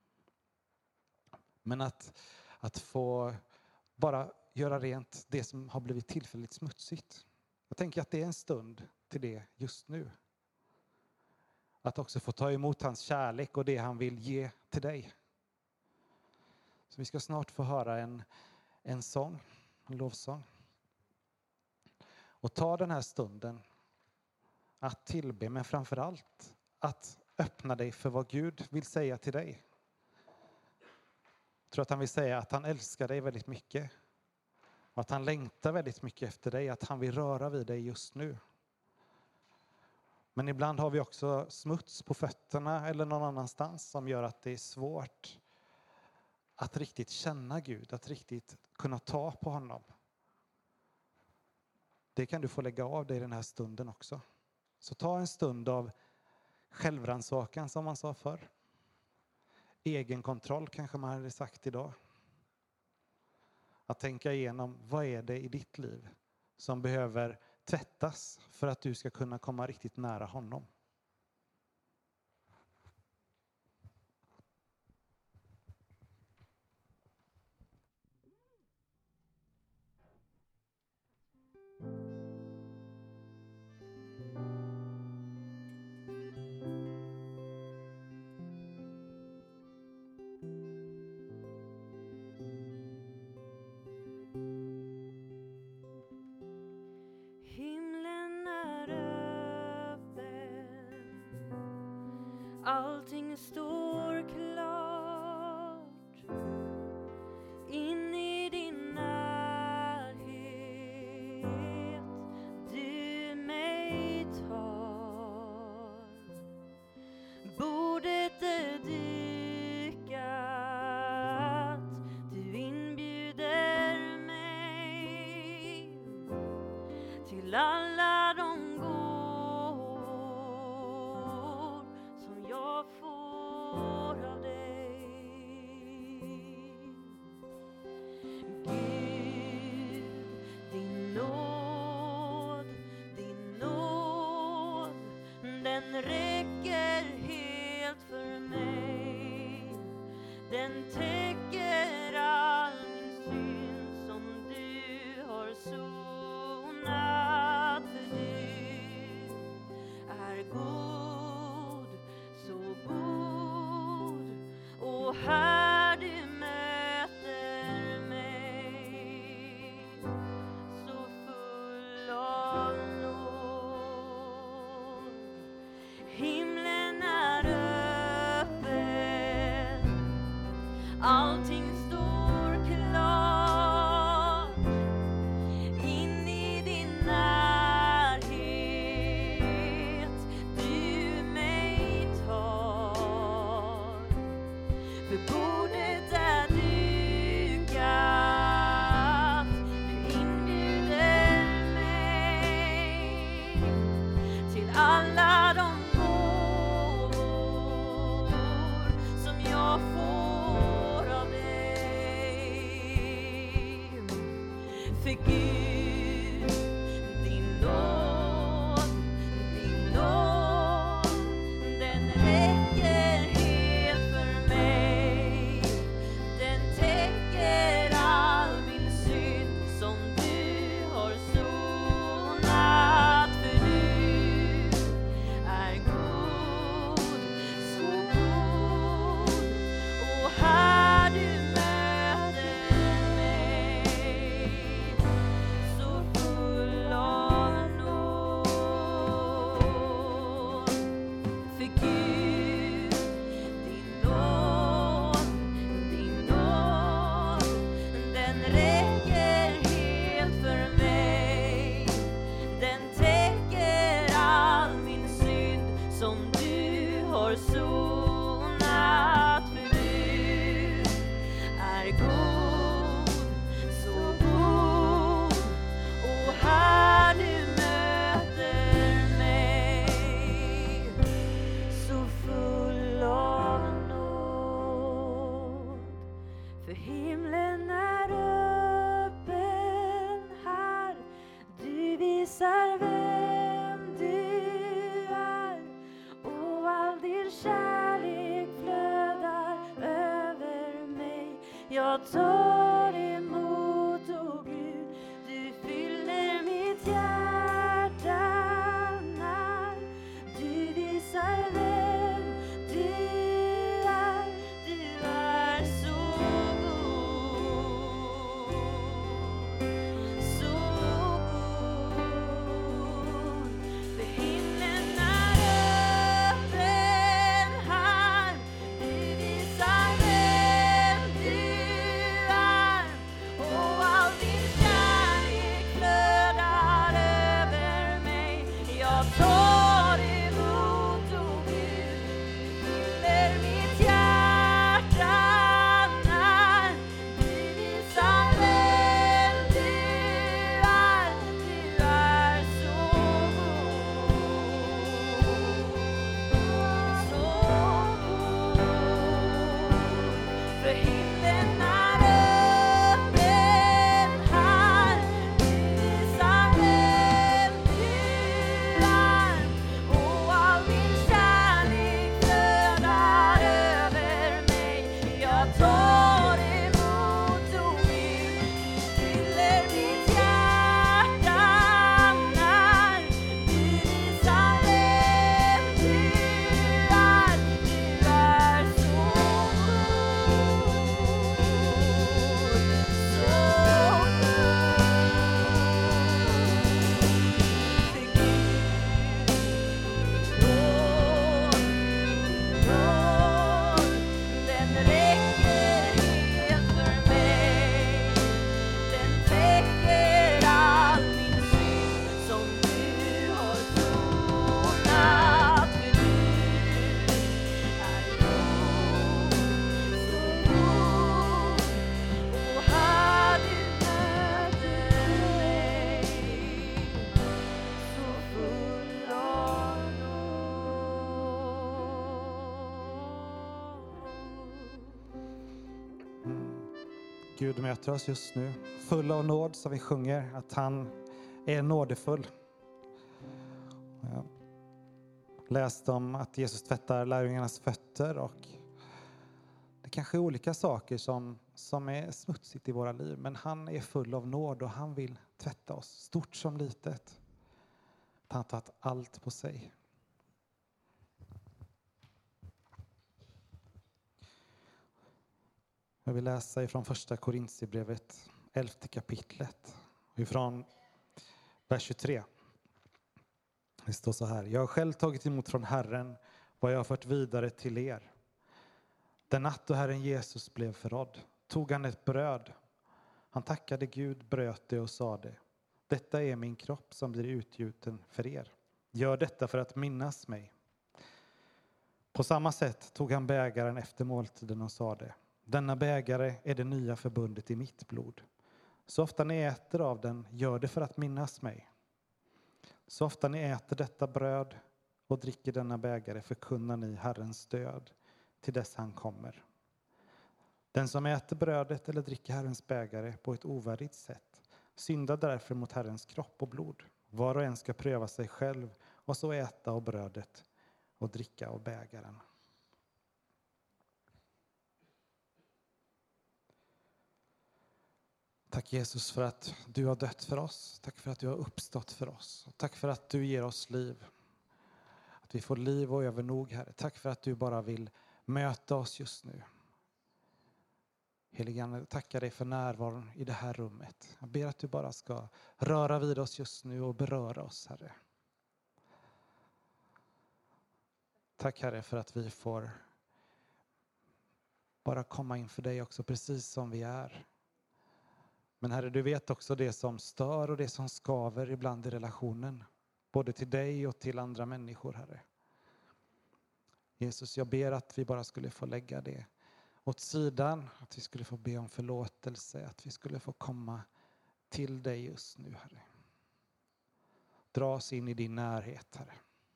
Men att få bara göra rent det som har blivit tillfälligt smutsigt. Jag tänker att det är en stund till det just nu. Att också få ta emot hans kärlek och det han vill ge till dig. Så vi ska snart få höra en sång, en lovsång. Och ta den här stunden att tillbe, men framförallt att öppna dig för vad Gud vill säga till dig. Jag tror att han vill säga att han älskar dig väldigt mycket. Och att han längtar väldigt mycket efter dig, att han vill röra vid dig just nu. Men ibland har vi också smuts på fötterna eller någon annanstans som gör att det är svårt att riktigt känna Gud, att riktigt kunna ta på honom. Det kan du få lägga av dig i den här stunden också. Så ta en stund av självrannsakan som man sa förr. Egenkontroll kanske man hade sagt idag. Att tänka igenom vad är det i ditt liv som behöver tvättas för att du ska kunna komma riktigt nära honom. Allting står klart in i din närhet. Du mig tar. Bordet är dukat. räcker helt för mig. Den täcker all min synd som du har sonat. För du är god, så god, och här du möter mig så full av nåd. Himlen är öppen, allting står klart. In i din närhet du mig tar. För bordet är dukat, du inbjuder mig till alla de gåvor som jag får av dig. För Gud, din nåd, den räcker helt för mig. Den täcker all min synd som du har sonat. För du är god, så god, och här du möter mig så full av nåd. För Gud, din nåd, den räcker helt för mig. Den täcker all min synd som du har sonat. För du är god, så god, och här du möter mig så full av nåd. För himlen är öppen här, du visar vem du är, och all din kärlek flödar över mig. Jag tar emot, oh Gud, du fyller mitt hjärta när du visar vem du är. Du är så god, så god. För himlen är öppen här, du visar vem du är, och all din kärlek flödar över mig. Jag tar emot, oh Gud, du fyller mitt hjärta när du visar vem du är. Du är så god, så god. För himlen är öppen här, du visar vem du är, och all min kärlek flödar över mig. Jag tar emot, oh Gud, du fyller mitt hjärta när du visar vem du är. Du är så Gud möter oss just nu, full av nåd, som vi sjunger, att han är nådefull. Ja. läst om att Jesus tvättar lärjungarnas fötter, och det kanske är olika saker som är smutsigt i våra liv, men han är full av nåd och han vill tvätta oss, stort som litet. Han har tagit allt på sig. Jag vill läsa ifrån första Korintierbrevet, 11 kapitlet, och ifrån vers 23. Det står så här: jag har själv tagit emot från Herren vad jag har fört vidare till er. Den natt då Herren Jesus blev förrådd tog han ett bröd. Han tackade Gud, bröt det och sade: detta är min kropp som blir utgjuten för er. Gör detta för att minnas mig. På samma sätt tog han bägaren efter måltiden och sade: denna bägare är det nya förbundet i mitt blod. Så ofta ni äter av den, gör det för att minnas mig. Så ofta ni äter detta bröd och dricker denna bägare förkunnar ni Herrens död till dess han kommer. Den som äter brödet eller dricker Herrens bägare på ett ovärdigt sätt syndar därför mot Herrens kropp och blod. Var och en ska pröva sig själv och så äta av brödet och dricka av bägaren. Tack Jesus för att du har dött för oss. Tack för att du har uppstått för oss. Tack för att du ger oss liv. Att vi får liv och övernog, Herre. Tack för att du bara vill möta oss just nu. Helige Ande, tackar dig för närvaron i det här rummet. Jag ber att du bara ska röra vid oss just nu och beröra oss, Herre. Tack, Herre, för att vi får bara komma inför dig också precis som vi är. Men Herre, du vet också det som stör och det som skaver ibland i relationen. Både till dig och till andra människor, Herre. Jesus, jag ber att vi bara skulle få lägga det åt sidan. Att vi skulle få be om förlåtelse. Att vi skulle få komma till dig just nu, Herre. Dra oss in i din närhet, Herre.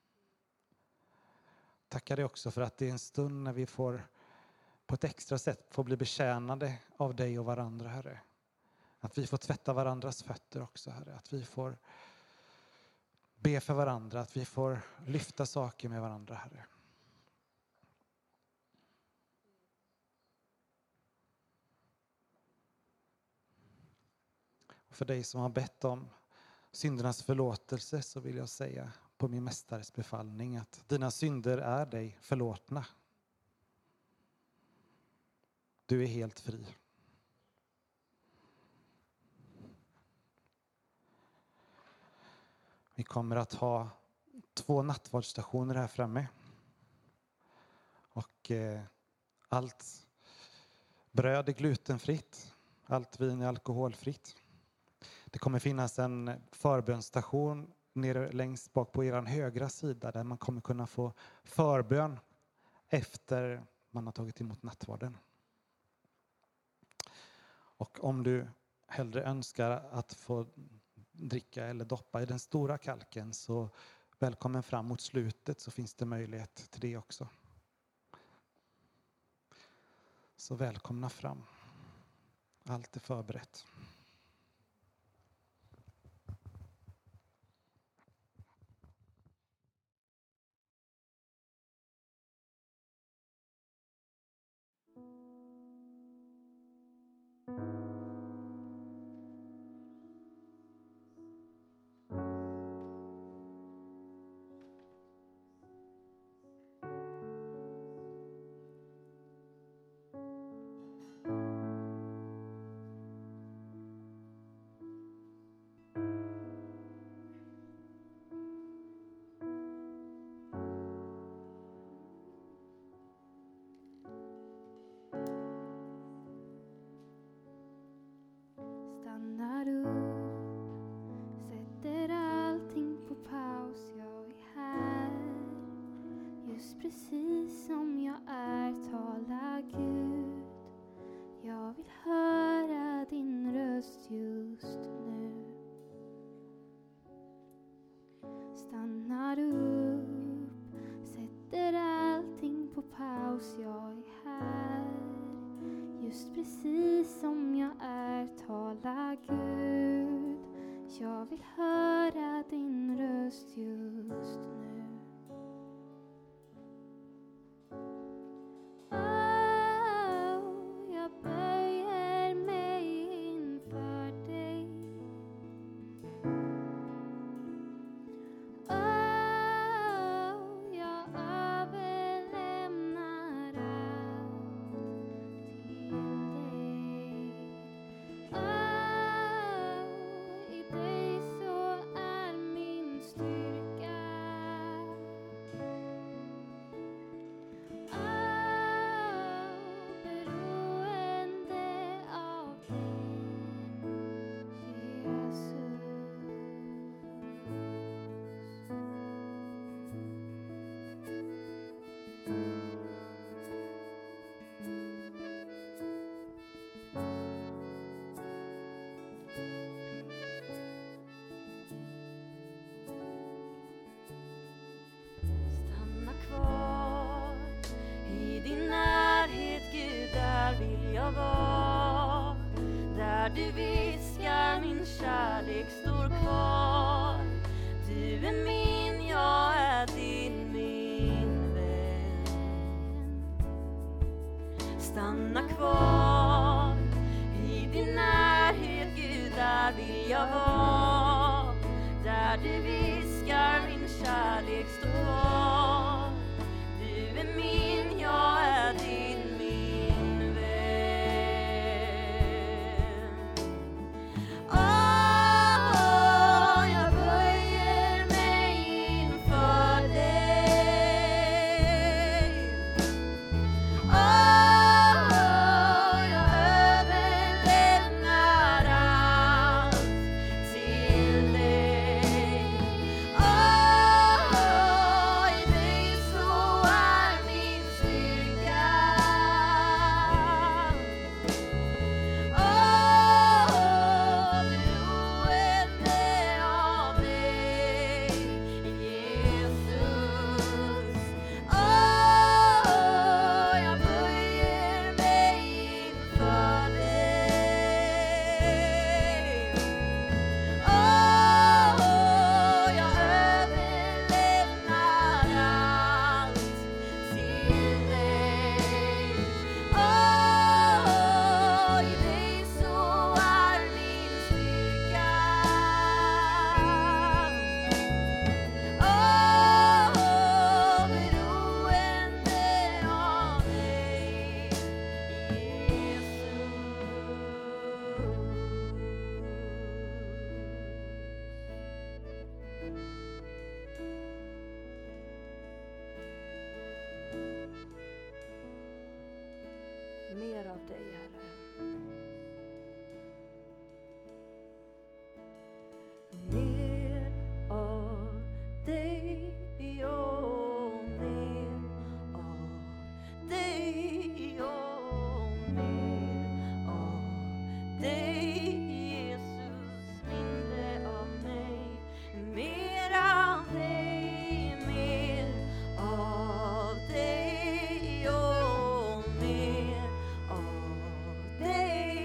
Tackar dig också för att det är en stund när vi får på ett extra sätt få bli betjänade av dig och varandra, Herre. Att vi får tvätta varandras fötter också, Herre. Att vi får be för varandra. Att vi får lyfta saker med varandra, Herre. Och för dig som har bett om syndernas förlåtelse så vill jag säga på min mästares befallning att dina synder är dig förlåtna. Du är helt fri. Vi kommer att ha 2 nattvardsstationer här framme. Och allt bröd är glutenfritt. Allt vin är alkoholfritt. Det kommer finnas en förbönsstation nere längst bak på er högra sida där man kommer kunna få förbön efter man har tagit emot nattvarden. Och om du hellre önskar att få dricka eller doppa i den stora kalken så välkommen fram mot slutet så finns det möjlighet till det också. Så välkomna fram. Allt är förberett. Stannar upp, sätter allting på paus. Jag är här, just precis som jag är. Tala Gud, jag vill höra din röst just nu. Stannar upp, sätter allting på paus. Jag är här, just precis som jag är. Tala Gud, jag vill höra din röst just nu. du viskar min kärlek står kvar. Du är min, jag är din, min vän. Stanna kvar i din närhet, Gud, där vill jag vara. Där du viskar min kärlek står kvar. Du är min, jag är din, min vän. Åh, jag böjer mig inför dig. Åh, jag överlämnar allt till dig. Åh, i dig så är min styrka. Åh, beroende av dig, Jesus. Åh, jag böjer mig inför dig. Åh, jag överlämnar allt till dig. Åh, i dig så är min styrka. Åh, beroende av dig, Jesus. Mer av dig, Herre. Mer av dig, och mer av dig, och mer av dig, Jesus. Mindre av mig, mer av dig, mer av dig, och mer av dig,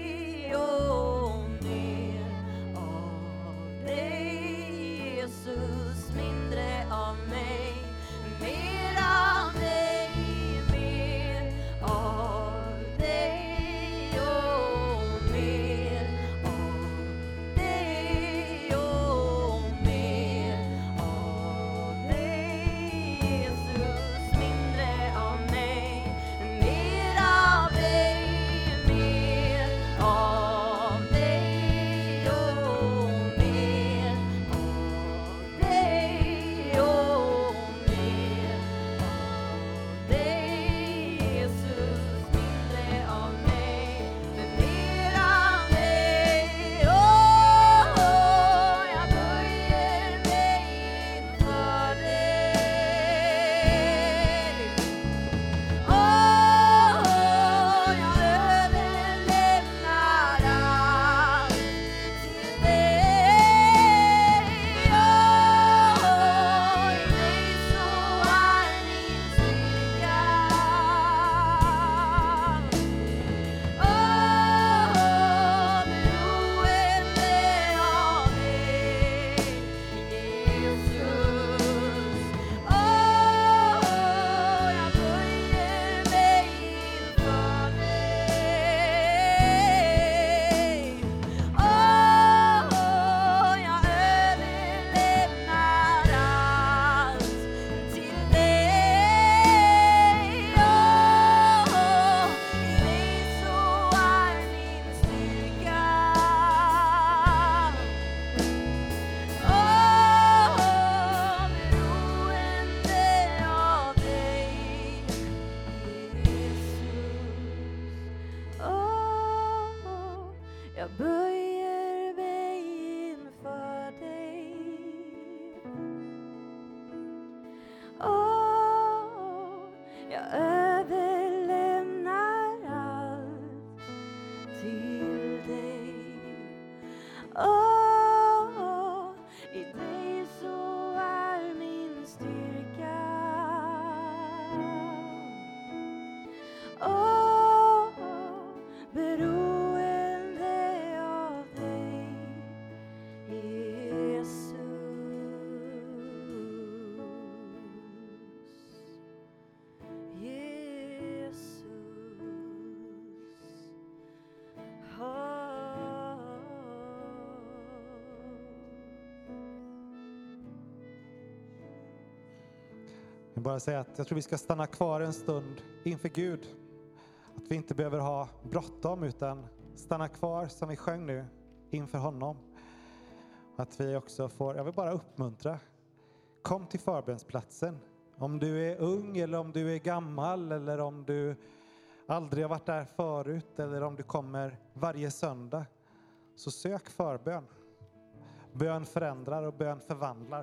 Jag bara säga att jag tror vi ska stanna kvar en stund inför Gud. Att vi inte behöver ha bråttom utan stanna kvar som vi sjöng nu inför honom. Att vi också får, jag vill bara uppmuntra. Kom till förbönsplatsen. Om du är ung eller om du är gammal eller om du aldrig har varit där förut eller om du kommer varje söndag. Så sök förbön. Bön förändrar och bön förvandlar.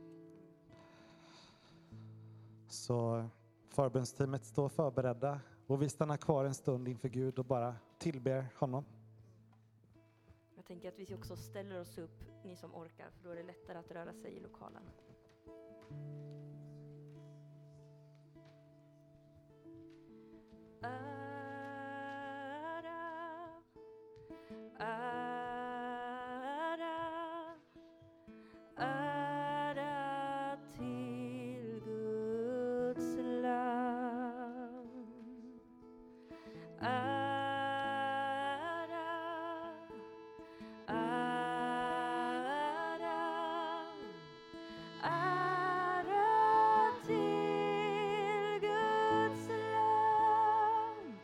Så förbönsteamet står förberedda och vi stannar kvar en stund inför Gud och bara tillber honom. Jag tänker att vi också ställer oss upp, ni som orkar, för då är det lättare att röra sig i lokalen. Ära till Guds lam. Ära till Guds lam.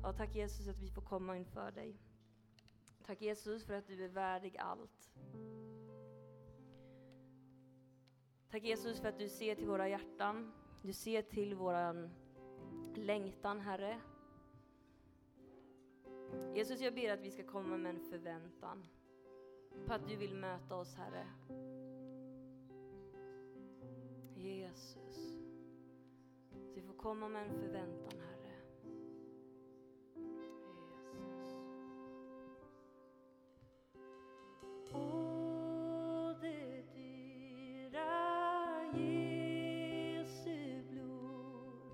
Ja, tack Jesus att vi får komma inför dig. Tack Jesus för att du är värdig allt. Tack Jesus för att du ser till våra hjärtan. Du ser till våran längtan, Herre. Jesus, jag ber att vi ska komma med en förväntan på att du vill möta oss, Herre. Jesus. Så vi får komma med en förväntan, Herre. Åh, det dyra Jesu blod.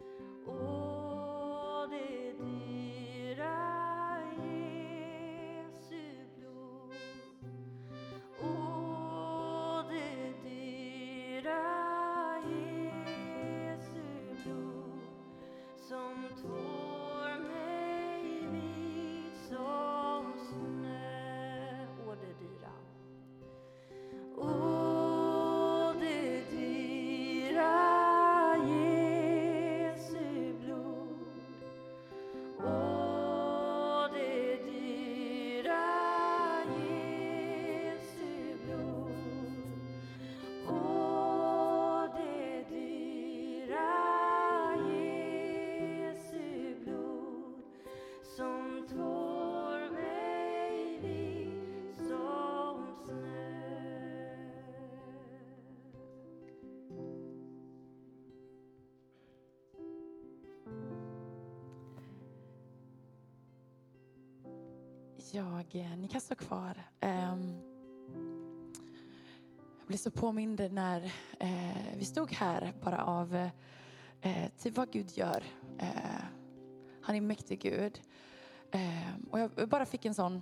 Åh, det dyra Jesu blod. Åh, det dyra Jesu blod som tvår mig vit som snö. Åh, det dyra. Åh, det dyra Jesu blod. Åh, det dyra Jesu blod. Åh, det dyra Jesu blod som tvår mig vit som snö. Ni kan stå kvar. Jag blev så påmind när vi stod här bara av till vad Gud gör. Han är mäktig Gud. Och jag bara fick en sån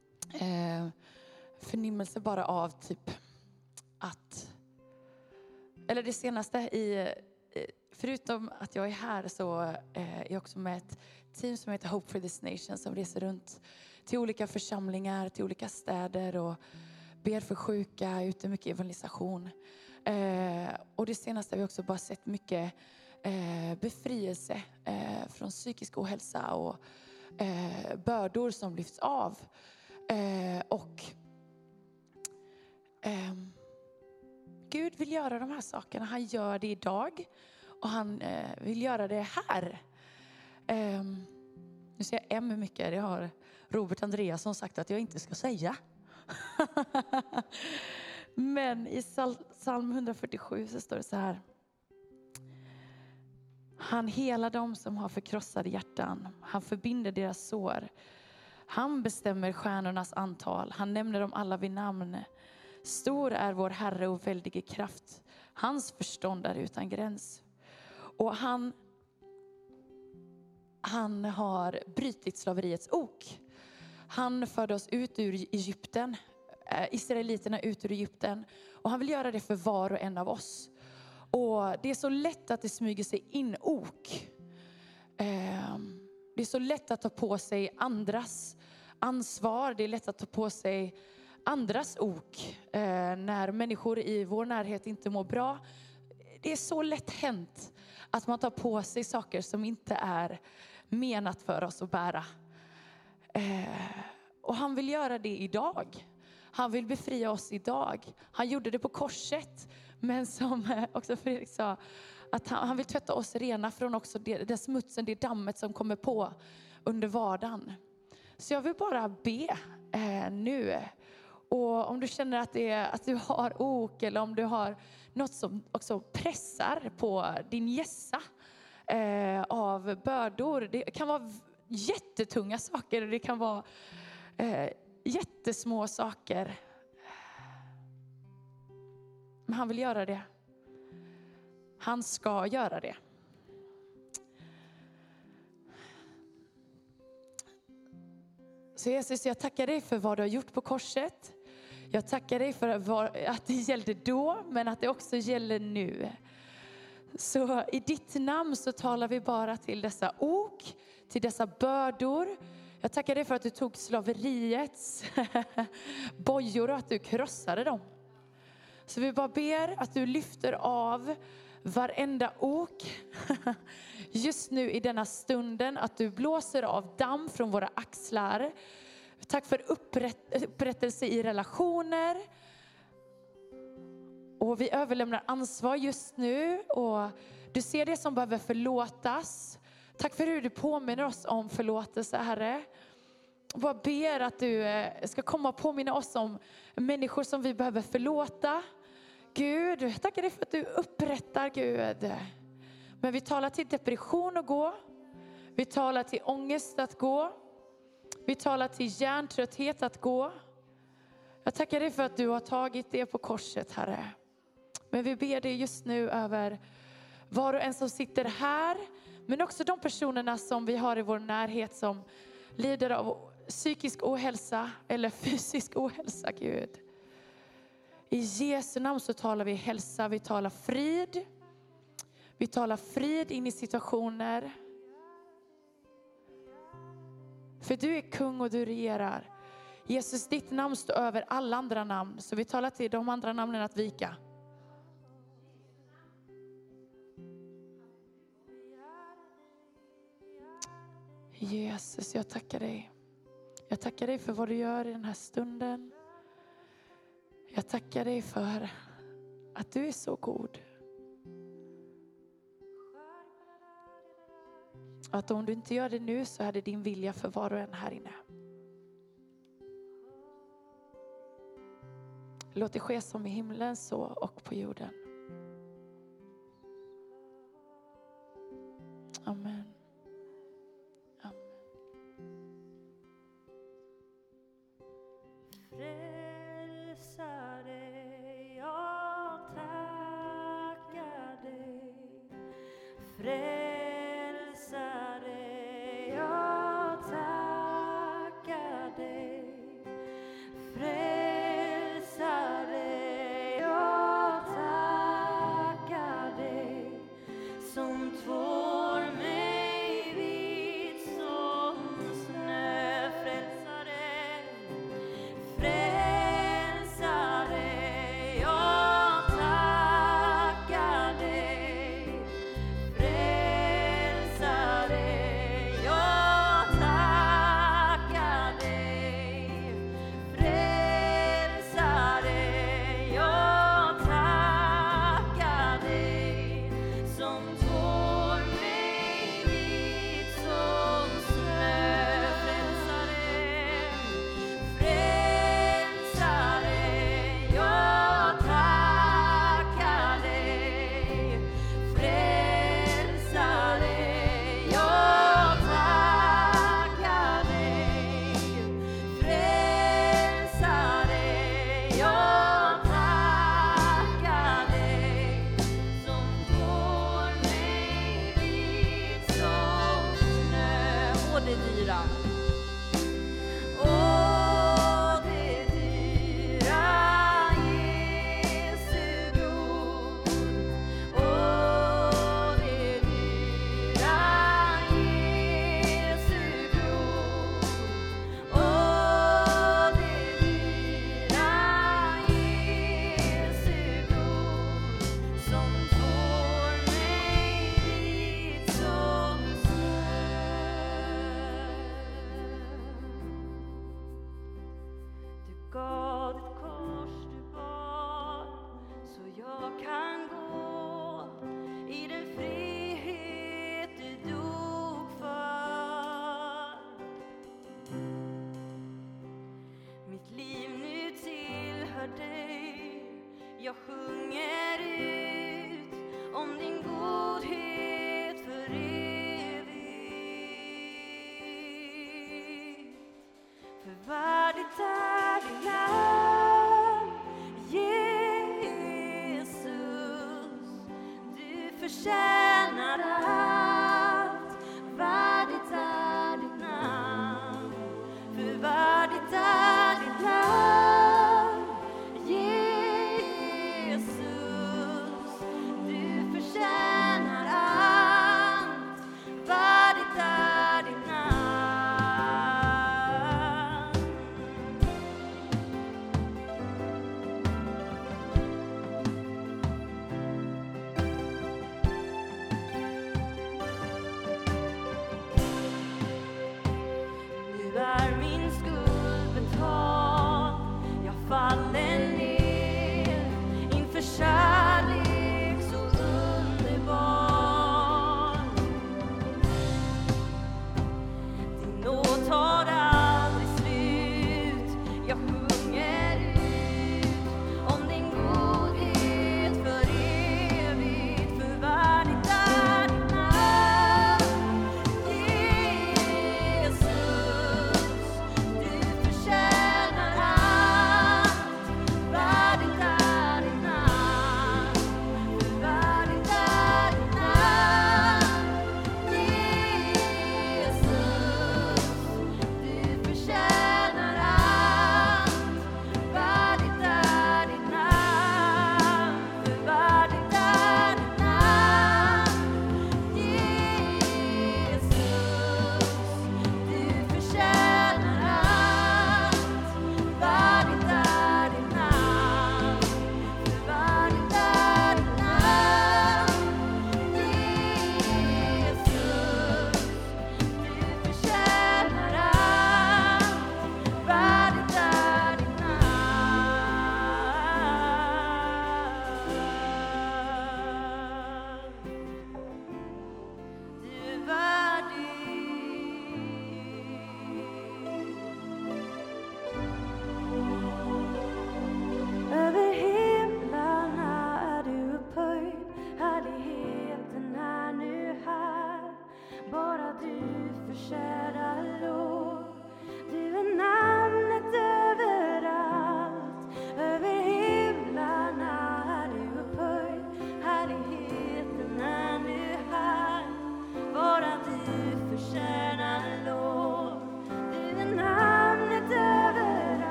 förnimmelse bara av typ att, eller det senaste förutom att jag är här så är jag också med ett team som heter Hope for this Nation som reser runt till olika församlingar, till olika städer och ber för sjuka, ute mycket evangelisation. Och det senaste har vi också bara sett mycket befrielse från psykisk ohälsa och bördor som lyfts av. Gud vill göra de här sakerna. Han gör det idag. Och han vill göra det här. Nu säger jag mycket. Det har Robert Andreasson sagt att jag inte ska säga. Men i psalm 147 så står det så här. Han helar dem som har förkrossade hjärtan. Han förbinder deras sår. Han bestämmer stjärnornas antal. Han nämner dem alla vid namn. Stor är vår Herre och väldig i kraft. Hans förstånd är utan gräns. Och han har brytit slaveriets ok. Han förde oss ut ur Egypten. Israeliterna ut ur Egypten. Och han vill göra det för var och en av oss. Och det är så lätt att det smyger sig in ok. Det är så lätt att ta på sig andras ansvar. Det är lätt att ta på sig andras ok. När människor i vår närhet inte mår bra. Det är så lätt hänt att man tar på sig saker som inte är menat för oss att bära. Och han vill göra det idag. Han vill befria oss idag. Han gjorde det på korset. Men som också Fredrik sa, att han vill tvätta oss rena från också den smutsen, det dammet som kommer på under vardagen. Så jag vill bara be nu. Och om du känner att du har ok eller om du har något som också pressar på din hjässa av bördor. Det kan vara jättetunga saker och det kan vara jättesmå saker. Men han vill göra det. Han ska göra det. Så Jesus, jag tackar dig för vad du har gjort på korset. Jag tackar dig för att det gällde då, men att det också gäller nu. Så i ditt namn så talar vi bara till dessa ok, till dessa bördor. Jag tackar dig för att du tog slaveriets bojor och att du krossade dem. Så vi bara ber att du lyfter av varenda ok just nu i denna stunden, att du blåser av damm från våra axlar. Tack för upprättelse i relationer. Och vi överlämnar ansvar just nu, och du ser det som behöver förlåtas. Tack för hur du påminner oss om förlåtelse, Herre. Och bara ber att du ska komma och påminna oss om människor som vi behöver förlåta. Gud, jag tackar dig för att du upprättar, Gud. Men vi talar till depression att gå. Vi talar till ångest att gå. Vi talar till hjärntrötthet att gå. Jag tackar dig för att du har tagit det på korset, Herre. Men vi ber dig just nu över var och en som sitter här. Men också de personerna som vi har i vår närhet som lider av psykisk ohälsa eller fysisk ohälsa, Gud. I Jesu namn så talar vi hälsa, vi talar frid. Vi talar frid in i situationer. För du är kung och du regerar. Jesus, ditt namn står över alla andra namn. Så vi talar till de andra namnen att vika. Jesus, jag tackar dig. Jag tackar dig för vad du gör i den här stunden. Jag tackar dig för att du är så god. Att om du inte gör det nu så är det din vilja för var och en här inne. Låt det ske som i himlen så och på jorden. Amen. Frälsare, jag tackar dig. Frälsare, jag tackar dig. Frälsare, jag tackar dig. Som tvår mig vit som snö. Frälsare, frälsare, jag tackar dig. Frälsare, jag tackar dig. Frälsare, jag tackar dig. Som tvår mig vit som snö. Frälsare, jag tackar dig. Frälsare, jag tackar dig. Frälsare, jag tackar dig. Som får mig vit som snö. Och det dyra. Och det dyra Jesu blod. Och det dyra Jesu blod. Och det dyra Jesu blod. Som får mig vit som snö. Du gav ditt kors du bar, så jag kan gå i den frihet du dog för. Mitt liv nu tillhör dig. Jag sjunger ut om din godhet för evigt. För värdigt är ditt namn, Jesus. Du förtjänar allt. Värdigt är ditt namn. För värdigt är ditt namn, Jesus. Du förtjänar allt. Värdigt är ditt namn.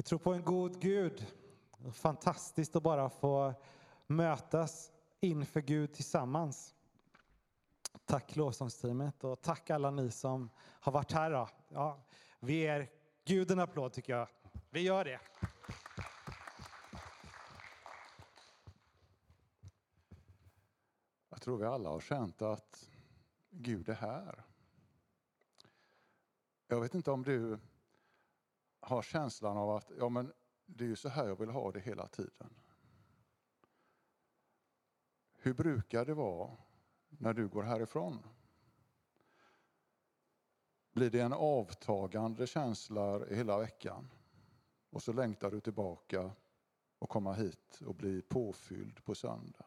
Vi tror på en god Gud. Fantastiskt att bara få mötas inför Gud tillsammans. Tack lovsångsteamet och tack alla ni som har varit här. Då. Ja, vi ger Gud en applåd tycker jag. Vi gör det. Jag tror vi alla har känt att Gud är här. Jag vet inte om du har känslan av att men det är ju så här jag vill ha det hela tiden. Hur brukar det vara när du går härifrån? Blir det en avtagande känsla hela veckan? Och så längtar du tillbaka och komma hit och bli påfylld på söndag.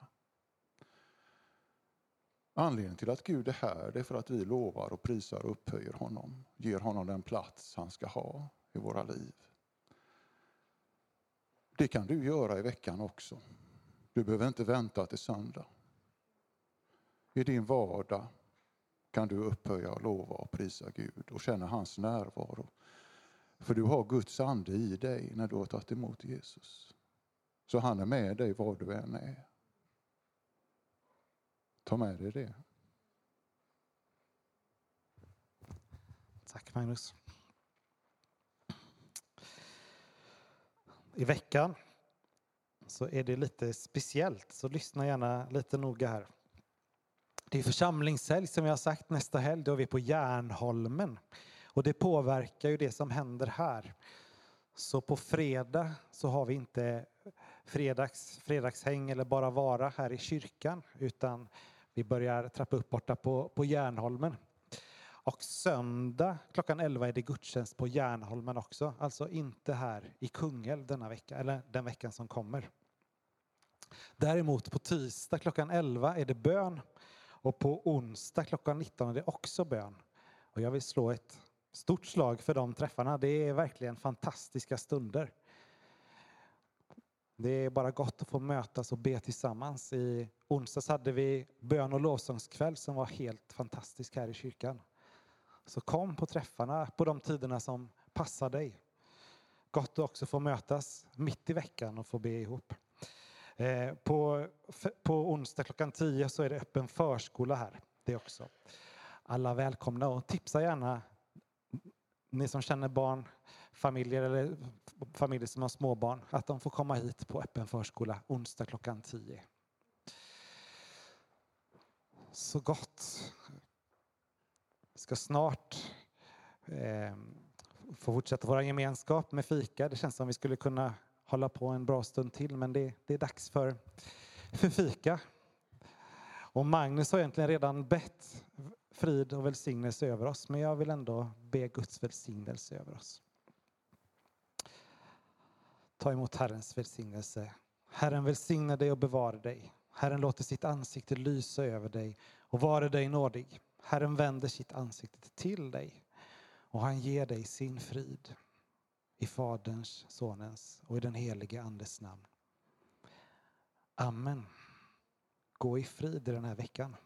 Anledningen till att Gud är här, det är för att vi lovar och prisar och upphöjer honom. Ger honom den plats han ska ha i våra liv. Det kan du göra i veckan också. Du behöver inte vänta till söndag. I din vardag kan du upphöja, lova och prisa Gud och känna hans närvaro. För du har Guds ande i dig när du har tagit emot Jesus. Så han är med dig var du än är. Ta med dig det. Tack Magnus. I veckan så är det lite speciellt, så lyssna gärna lite noga här. Det är församlingshelg som jag har sagt nästa helg, då är vi på Järnholmen. Och det påverkar ju det som händer här. Så på fredag så har vi inte fredagshäng eller bara vara här i kyrkan, utan vi börjar trappa upp borta på Järnholmen. Och söndag klockan 11 är det gudstjänst på Järnholmen också. Alltså inte här i Kungälv denna vecka, eller den veckan som kommer. Däremot på tisdag klockan 11 är det bön. Och på onsdag klockan 19 är det också bön. Och jag vill slå ett stort slag för de träffarna. Det är verkligen fantastiska stunder. Det är bara gott att få mötas och be tillsammans. I onsdags hade vi bön- och lovsångskväll som var helt fantastisk här i kyrkan. Så kom på träffarna på de tiderna som passar dig. Gott att också få mötas mitt i veckan och få be ihop. På onsdag klockan 10 så är det öppen förskola här. Det också. Alla välkomna och tipsa gärna ni som känner barn, familjer eller familjer som har småbarn, att de får komma hit på öppen förskola onsdag klockan 10. Så gott. Vi ska snart få fortsätta våra gemenskap med fika. Det känns som vi skulle kunna hålla på en bra stund till, men det är dags för fika. Och Magnus har egentligen redan bett frid och välsignelse över oss, men jag vill ändå be Guds välsignelse över oss. Ta emot Herrens välsignelse. Herren välsignar dig och bevarar dig. Herren låter sitt ansikte lysa över dig och vara dig nådig. Herren vänder sitt ansikte till dig och han ger dig sin frid. I Faderns, Sonens och i den helige Andes namn. Amen. Gå i frid i den här veckan.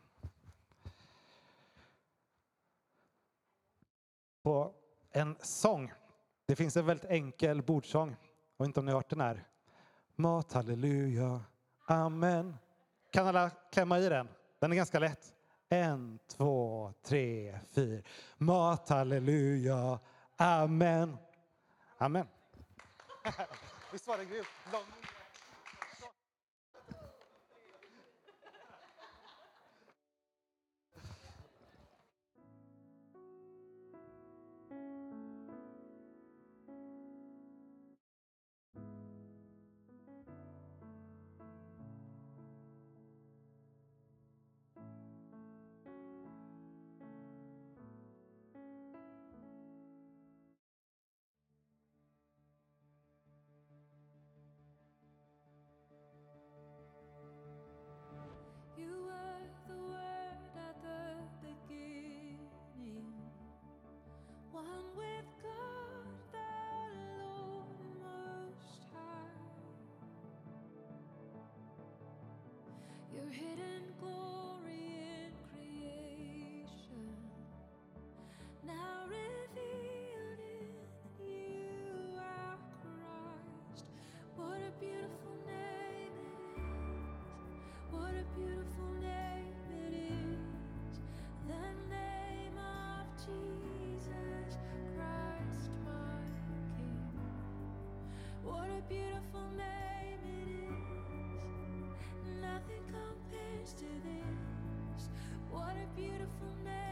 På en sång. Det finns en väldigt enkel bordsång. Och inte om ni har hört den här. Mat, halleluja, amen. Kan alla klämma i den? Den är ganska lätt. 1, 2, 3, 4. Mat, halleluja, amen. Amen. Visst var det grymt? You were the word at the beginning, one with God the Lord Most High. Your hidden glory in creation, now revealed in you our Christ. beautiful name it is. Nothing compares to this. What a beautiful name.